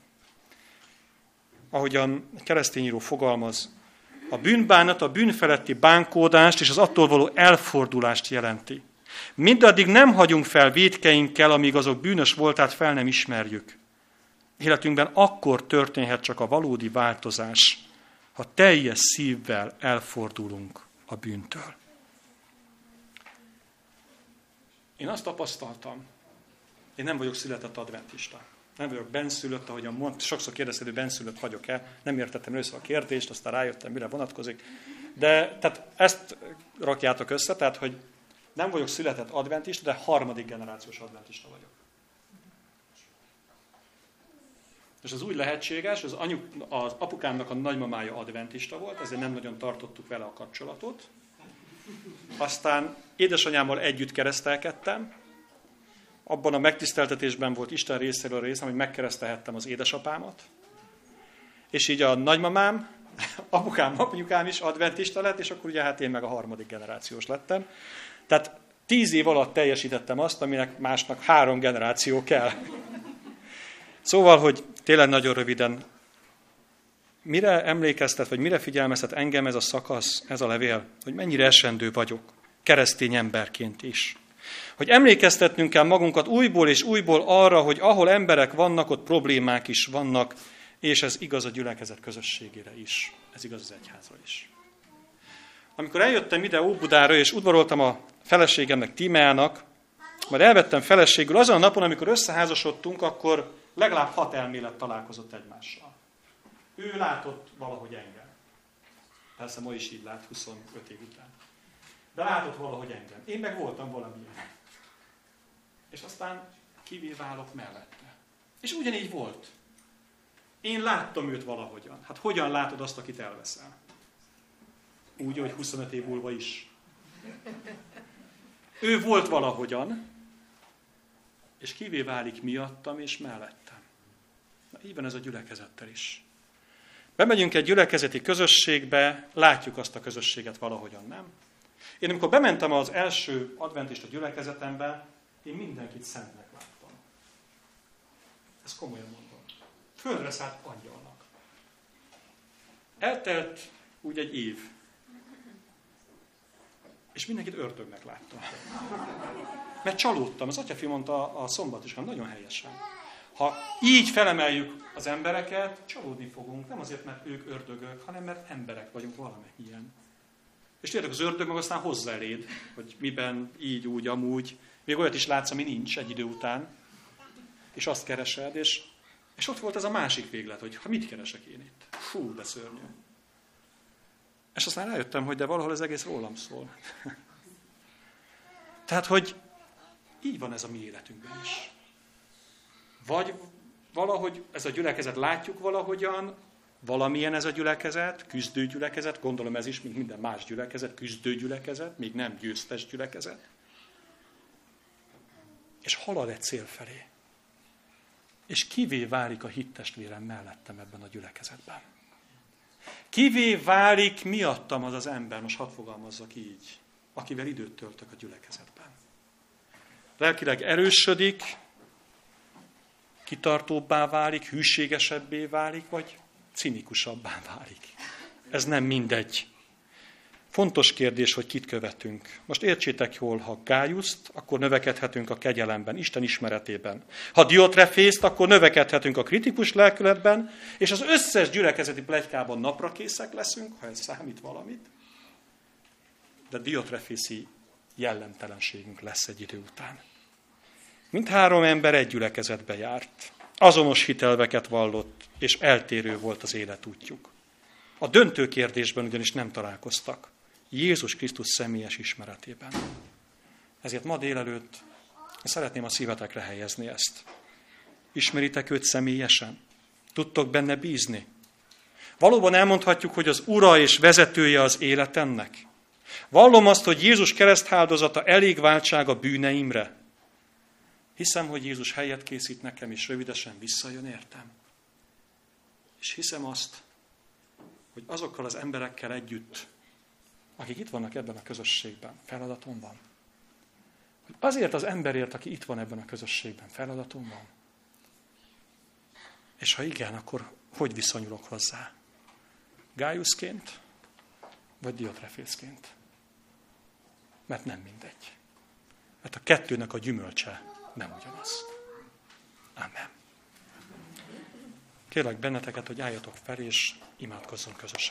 Ahogyan a keresztényíró fogalmaz, a bűnbánat a bűnfeletti bánkódást és az attól való elfordulást jelenti. Mindaddig nem hagyunk fel vétkeinkkel, amíg azok bűnös voltát fel nem ismerjük. Életünkben akkor történhet csak a valódi változás, ha teljes szívvel elfordulunk a bűntől. Én azt tapasztaltam, én nem vagyok született adventista. Nem vagyok benszülött, ahogyan mondta, sokszor kérdezted, hogy benszülött vagyok-e. Nem értettem először a kérdést, aztán rájöttem, mire vonatkozik. De tehát ezt rakjátok össze, tehát, hogy nem vagyok született adventista, de 3. generációs adventista vagyok. És az úgy lehetséges, az apukámnak a nagymamája adventista volt, ezért nem nagyon tartottuk vele a kapcsolatot. Aztán édesanyámmal együtt keresztelkedtem. Abban a megtiszteltetésben volt Isten részéről részem, hogy megkeresztelhettem az édesapámat. És így a nagymamám, apukám, apanyukám is adventista lett, és akkor ugye hát én meg a 3. generációs lettem. Tehát 10 év alatt teljesítettem azt, aminek másnak 3 generáció kell. Szóval, hogy tényleg nagyon röviden, mire emlékeztet, vagy mire figyelmeztet engem ez a szakasz, ez a levél, hogy mennyire esendő vagyok, keresztény emberként is. Hogy emlékeztetnünk kell magunkat újból és újból arra, hogy ahol emberek vannak, ott problémák is vannak, és ez igaz a gyülekezet közösségére is. Ez igaz az egyházra is. Amikor eljöttem ide Óbudára, és udvaroltam a feleségemnek, Tímeának, majd elvettem feleségül, azon a napon, amikor összeházasodtunk, akkor legalább 6 elmélet találkozott egymással. Ő látott valahogy engem. Persze ma is így lát, 25 év után. De látott valahogy engem. Én meg voltam valamilyen. És aztán kivé válok mellette. És ugyanígy volt. Én láttam őt valahogyan. Hát hogyan látod azt, akit elveszel? Úgy, hogy 25 év múlva is. Ő volt valahogyan, és kivé válik miattam és mellettem. Na, így van ez a gyülekezettel is. Bemegyünk egy gyülekezeti közösségbe, látjuk azt a közösséget valahogyan, nem? Én amikor bementem az első adventista gyülekezetembe, én mindenkit szentnek láttam. Ezt komolyan mondom. Földre szállt angyalnak. Eltelt úgy egy év. És mindenkit ördögnek láttam. Mert csalódtam. Az atyafi mondta a szombat is, nagyon helyesen. Ha így felemeljük az embereket, csalódni fogunk. Nem azért, mert ők ördögök, hanem mert emberek vagyunk valamilyen. És tudjátok, az ördög meg aztán hozza eléd, hogy miben így, úgy, amúgy. Még olyat is látsz, ami nincs egy idő után. És azt keresed, és ott volt ez a másik véglet, hogy ha mit keresek én itt? Fú, de szörnyű. És aztán rájöttem, hogy de valahol ez egész rólam szól. Tehát, hogy így van ez a mi életünkben is. Vagy valahogy ez a gyülekezet látjuk valahogyan, valamilyen ez a gyülekezet, küzdő gyülekezet, gondolom ez is, mint minden más gyülekezet, küzdő gyülekezet, még nem győztes gyülekezet. És halad egy cél felé. És kivé válik a hittestvérem mellettem ebben a gyülekezetben. Kivé válik miattam az az ember, most hadd fogalmazzak így, akivel időt töltök a gyülekezetben. Lelkileg erősödik, kitartóbbá válik, hűségesebbé válik, vagy cinikusabbá válik. Ez nem mindegy. Fontos kérdés, hogy kit követünk. Most értsétek jól, ha Gájuszt, akkor növekedhetünk a kegyelemben, Isten ismeretében. Ha Diotrefészt, akkor növekedhetünk a kritikus lelkületben, és az összes gyülekezeti pletykában napra készek leszünk, ha ez számít valamit. De Diotrefészi jellemtelenségünk lesz egy idő után. Mindhárom ember egy gyülekezetbe járt. Azonos hitelveket vallott, és eltérő volt az életútjuk. A döntő kérdésben ugyanis nem találkoztak. Jézus Krisztus személyes ismeretében. Ezért ma délelőtt szeretném a szívetekre helyezni ezt. Ismeritek őt személyesen? Tudtok benne bízni? Valóban elmondhatjuk, hogy az ura és vezetője az életemnek? Vallom azt, hogy Jézus keresztháldozata elég váltság a bűneimre. Hiszem, hogy Jézus helyet készít nekem, és rövidesen visszajön értem. És hiszem azt, hogy azokkal az emberekkel együtt, akik itt vannak ebben a közösségben, feladatom van. Hogy azért az emberért, aki itt van ebben a közösségben, feladatom van. És ha igen, akkor hogy viszonyulok hozzá? Gájuszként, vagy Diotrefészként? Mert nem mindegy. Mert a kettőnek a gyümölcse nem ugyanaz. Amen. Kérlek benneteket, hogy álljatok fel, és imádkozzunk közösen.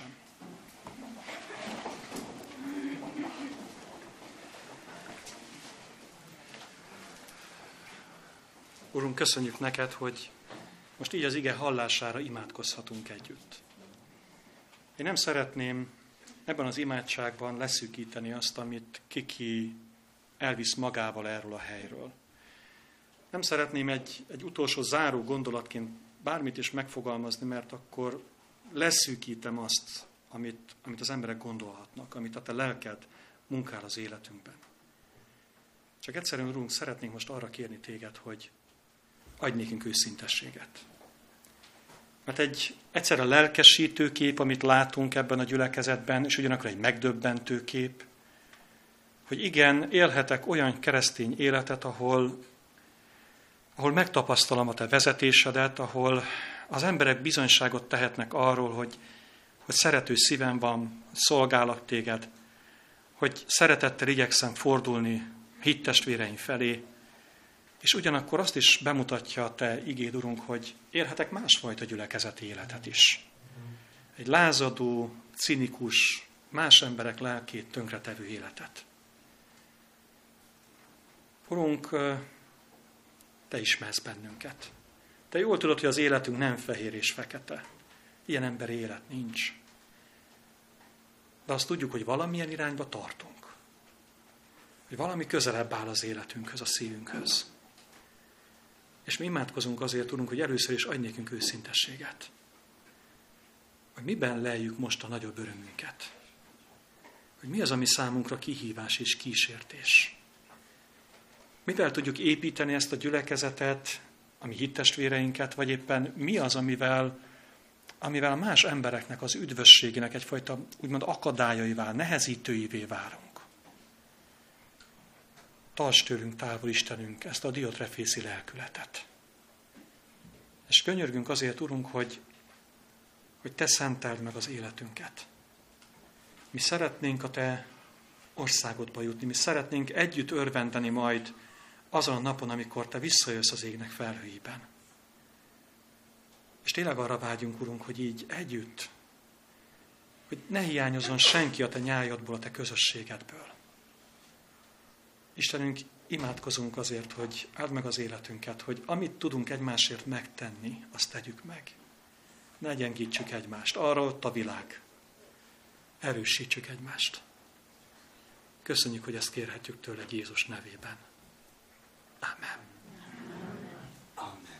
Urunk, köszönjük neked, hogy most így az ige hallására imádkozhatunk együtt. Én nem szeretném ebben az imádságban leszűkíteni azt, amit Kiki elvisz magával erről a helyről. Nem szeretném egy utolsó záró gondolatként bármit is megfogalmazni, mert akkor leszűkítem azt, amit az emberek gondolhatnak, amit a te lelked munkál az életünkben. Csak egyszerűen, Urunk, szeretnénk most arra kérni téged, hogy adj nékünk őszintességet. Mert egyszerre lelkesítő kép, amit látunk ebben a gyülekezetben, és ugyanakkor egy megdöbbentő kép, hogy igen, élhetek olyan keresztény életet, ahol megtapasztalom a te vezetésedet, ahol az emberek bizonyságot tehetnek arról, hogy szerető szívem van, szolgálok téged, hogy szeretettel igyekszem fordulni hittestvéreim felé, és ugyanakkor azt is bemutatja a te igéd, Urunk, hogy élhetek másfajta gyülekezeti életet is. Egy lázadó, cinikus, más emberek lelkét tönkretevő életet. Urunk, te ismersz bennünket. Te jól tudod, hogy az életünk nem fehér és fekete. Ilyen emberi élet nincs. De azt tudjuk, hogy valamilyen irányba tartunk. Hogy valami közelebb áll az életünkhöz, a szívünkhöz. És mi imádkozunk azért, Urunk, hogy először is adj nékünk őszintességet. Hogy miben leljük most a nagyobb örömünket. Hogy mi az, ami számunkra kihívás és kísértés. Mivel tudjuk építeni ezt a gyülekezetet, a mi hittestvéreinket, vagy éppen mi az, amivel más embereknek az üdvösségének egyfajta úgymond akadályaival, nehezítőivé válunk. Tartsd tőlünk távol, Istenünk, ezt a diotrefészi lelkületet. És könyörgünk azért, Urunk, hogy te szenteld meg az életünket. Mi szeretnénk a te országodba jutni, mi szeretnénk együtt örvendeni majd azon a napon, amikor te visszajössz az égnek felhőiben. És tényleg arra vágyunk, Urunk, hogy így együtt, hogy ne hiányozzon senki a te nyájadból, a te közösségedből. Istenünk, imádkozunk azért, hogy áld meg az életünket, hogy amit tudunk egymásért megtenni, azt tegyük meg. Ne gyengítsük egymást. Arra ott a világ. Erősítsük egymást. Köszönjük, hogy ezt kérhetjük tőled Jézus nevében. Amen. Amen.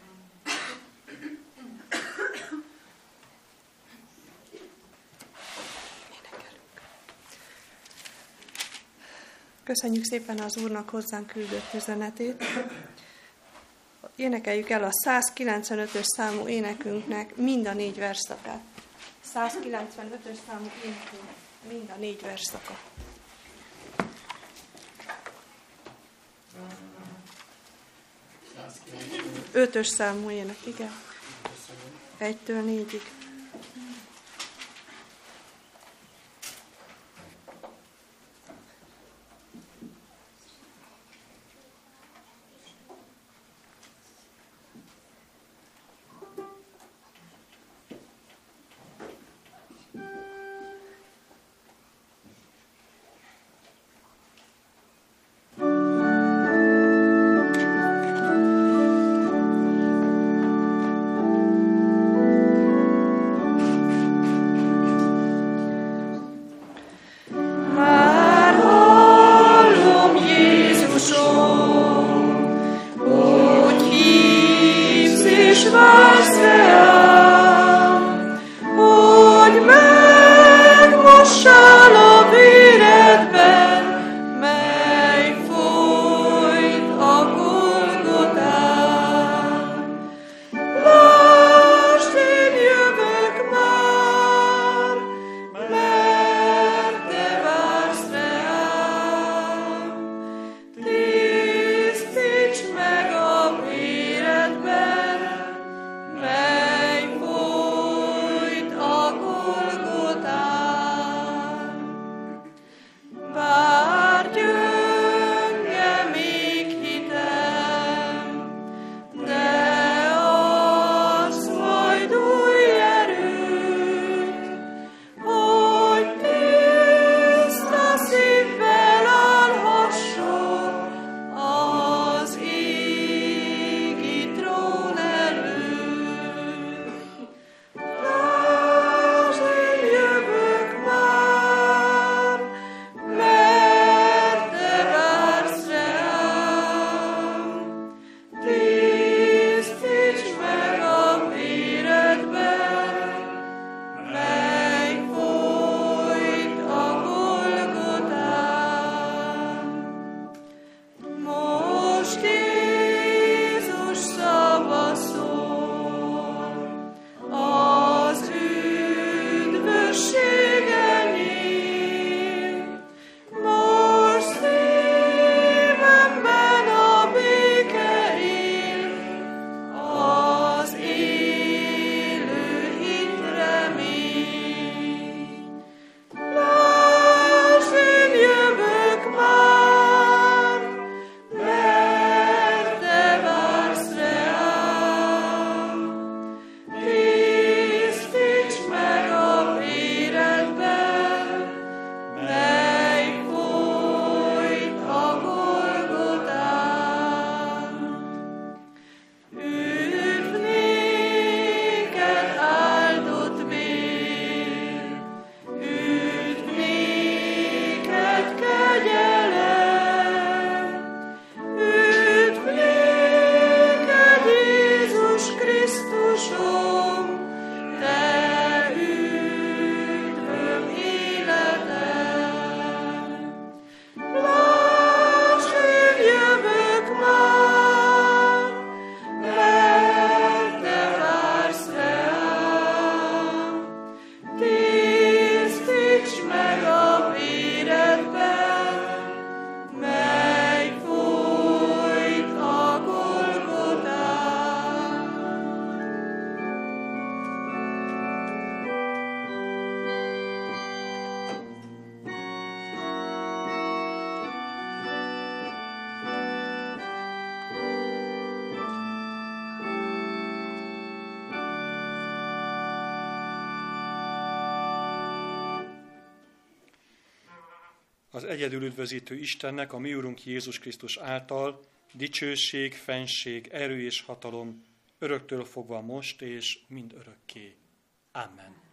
Köszönjük szépen az Úrnak hozzánk küldött üzenetét. Énekeljük el a 195-ös számú énekünknek mind a 4 versszakát. 195-ös számú énekünk mind a 4 versszaka. 5-ös számú ének, igen. 1-től 4-ig. az egyedül üdvözítő Istennek, a mi Urunk Jézus Krisztus által dicsőség, fennség, erő és hatalom öröktől fogva most és mind örökké. Amen.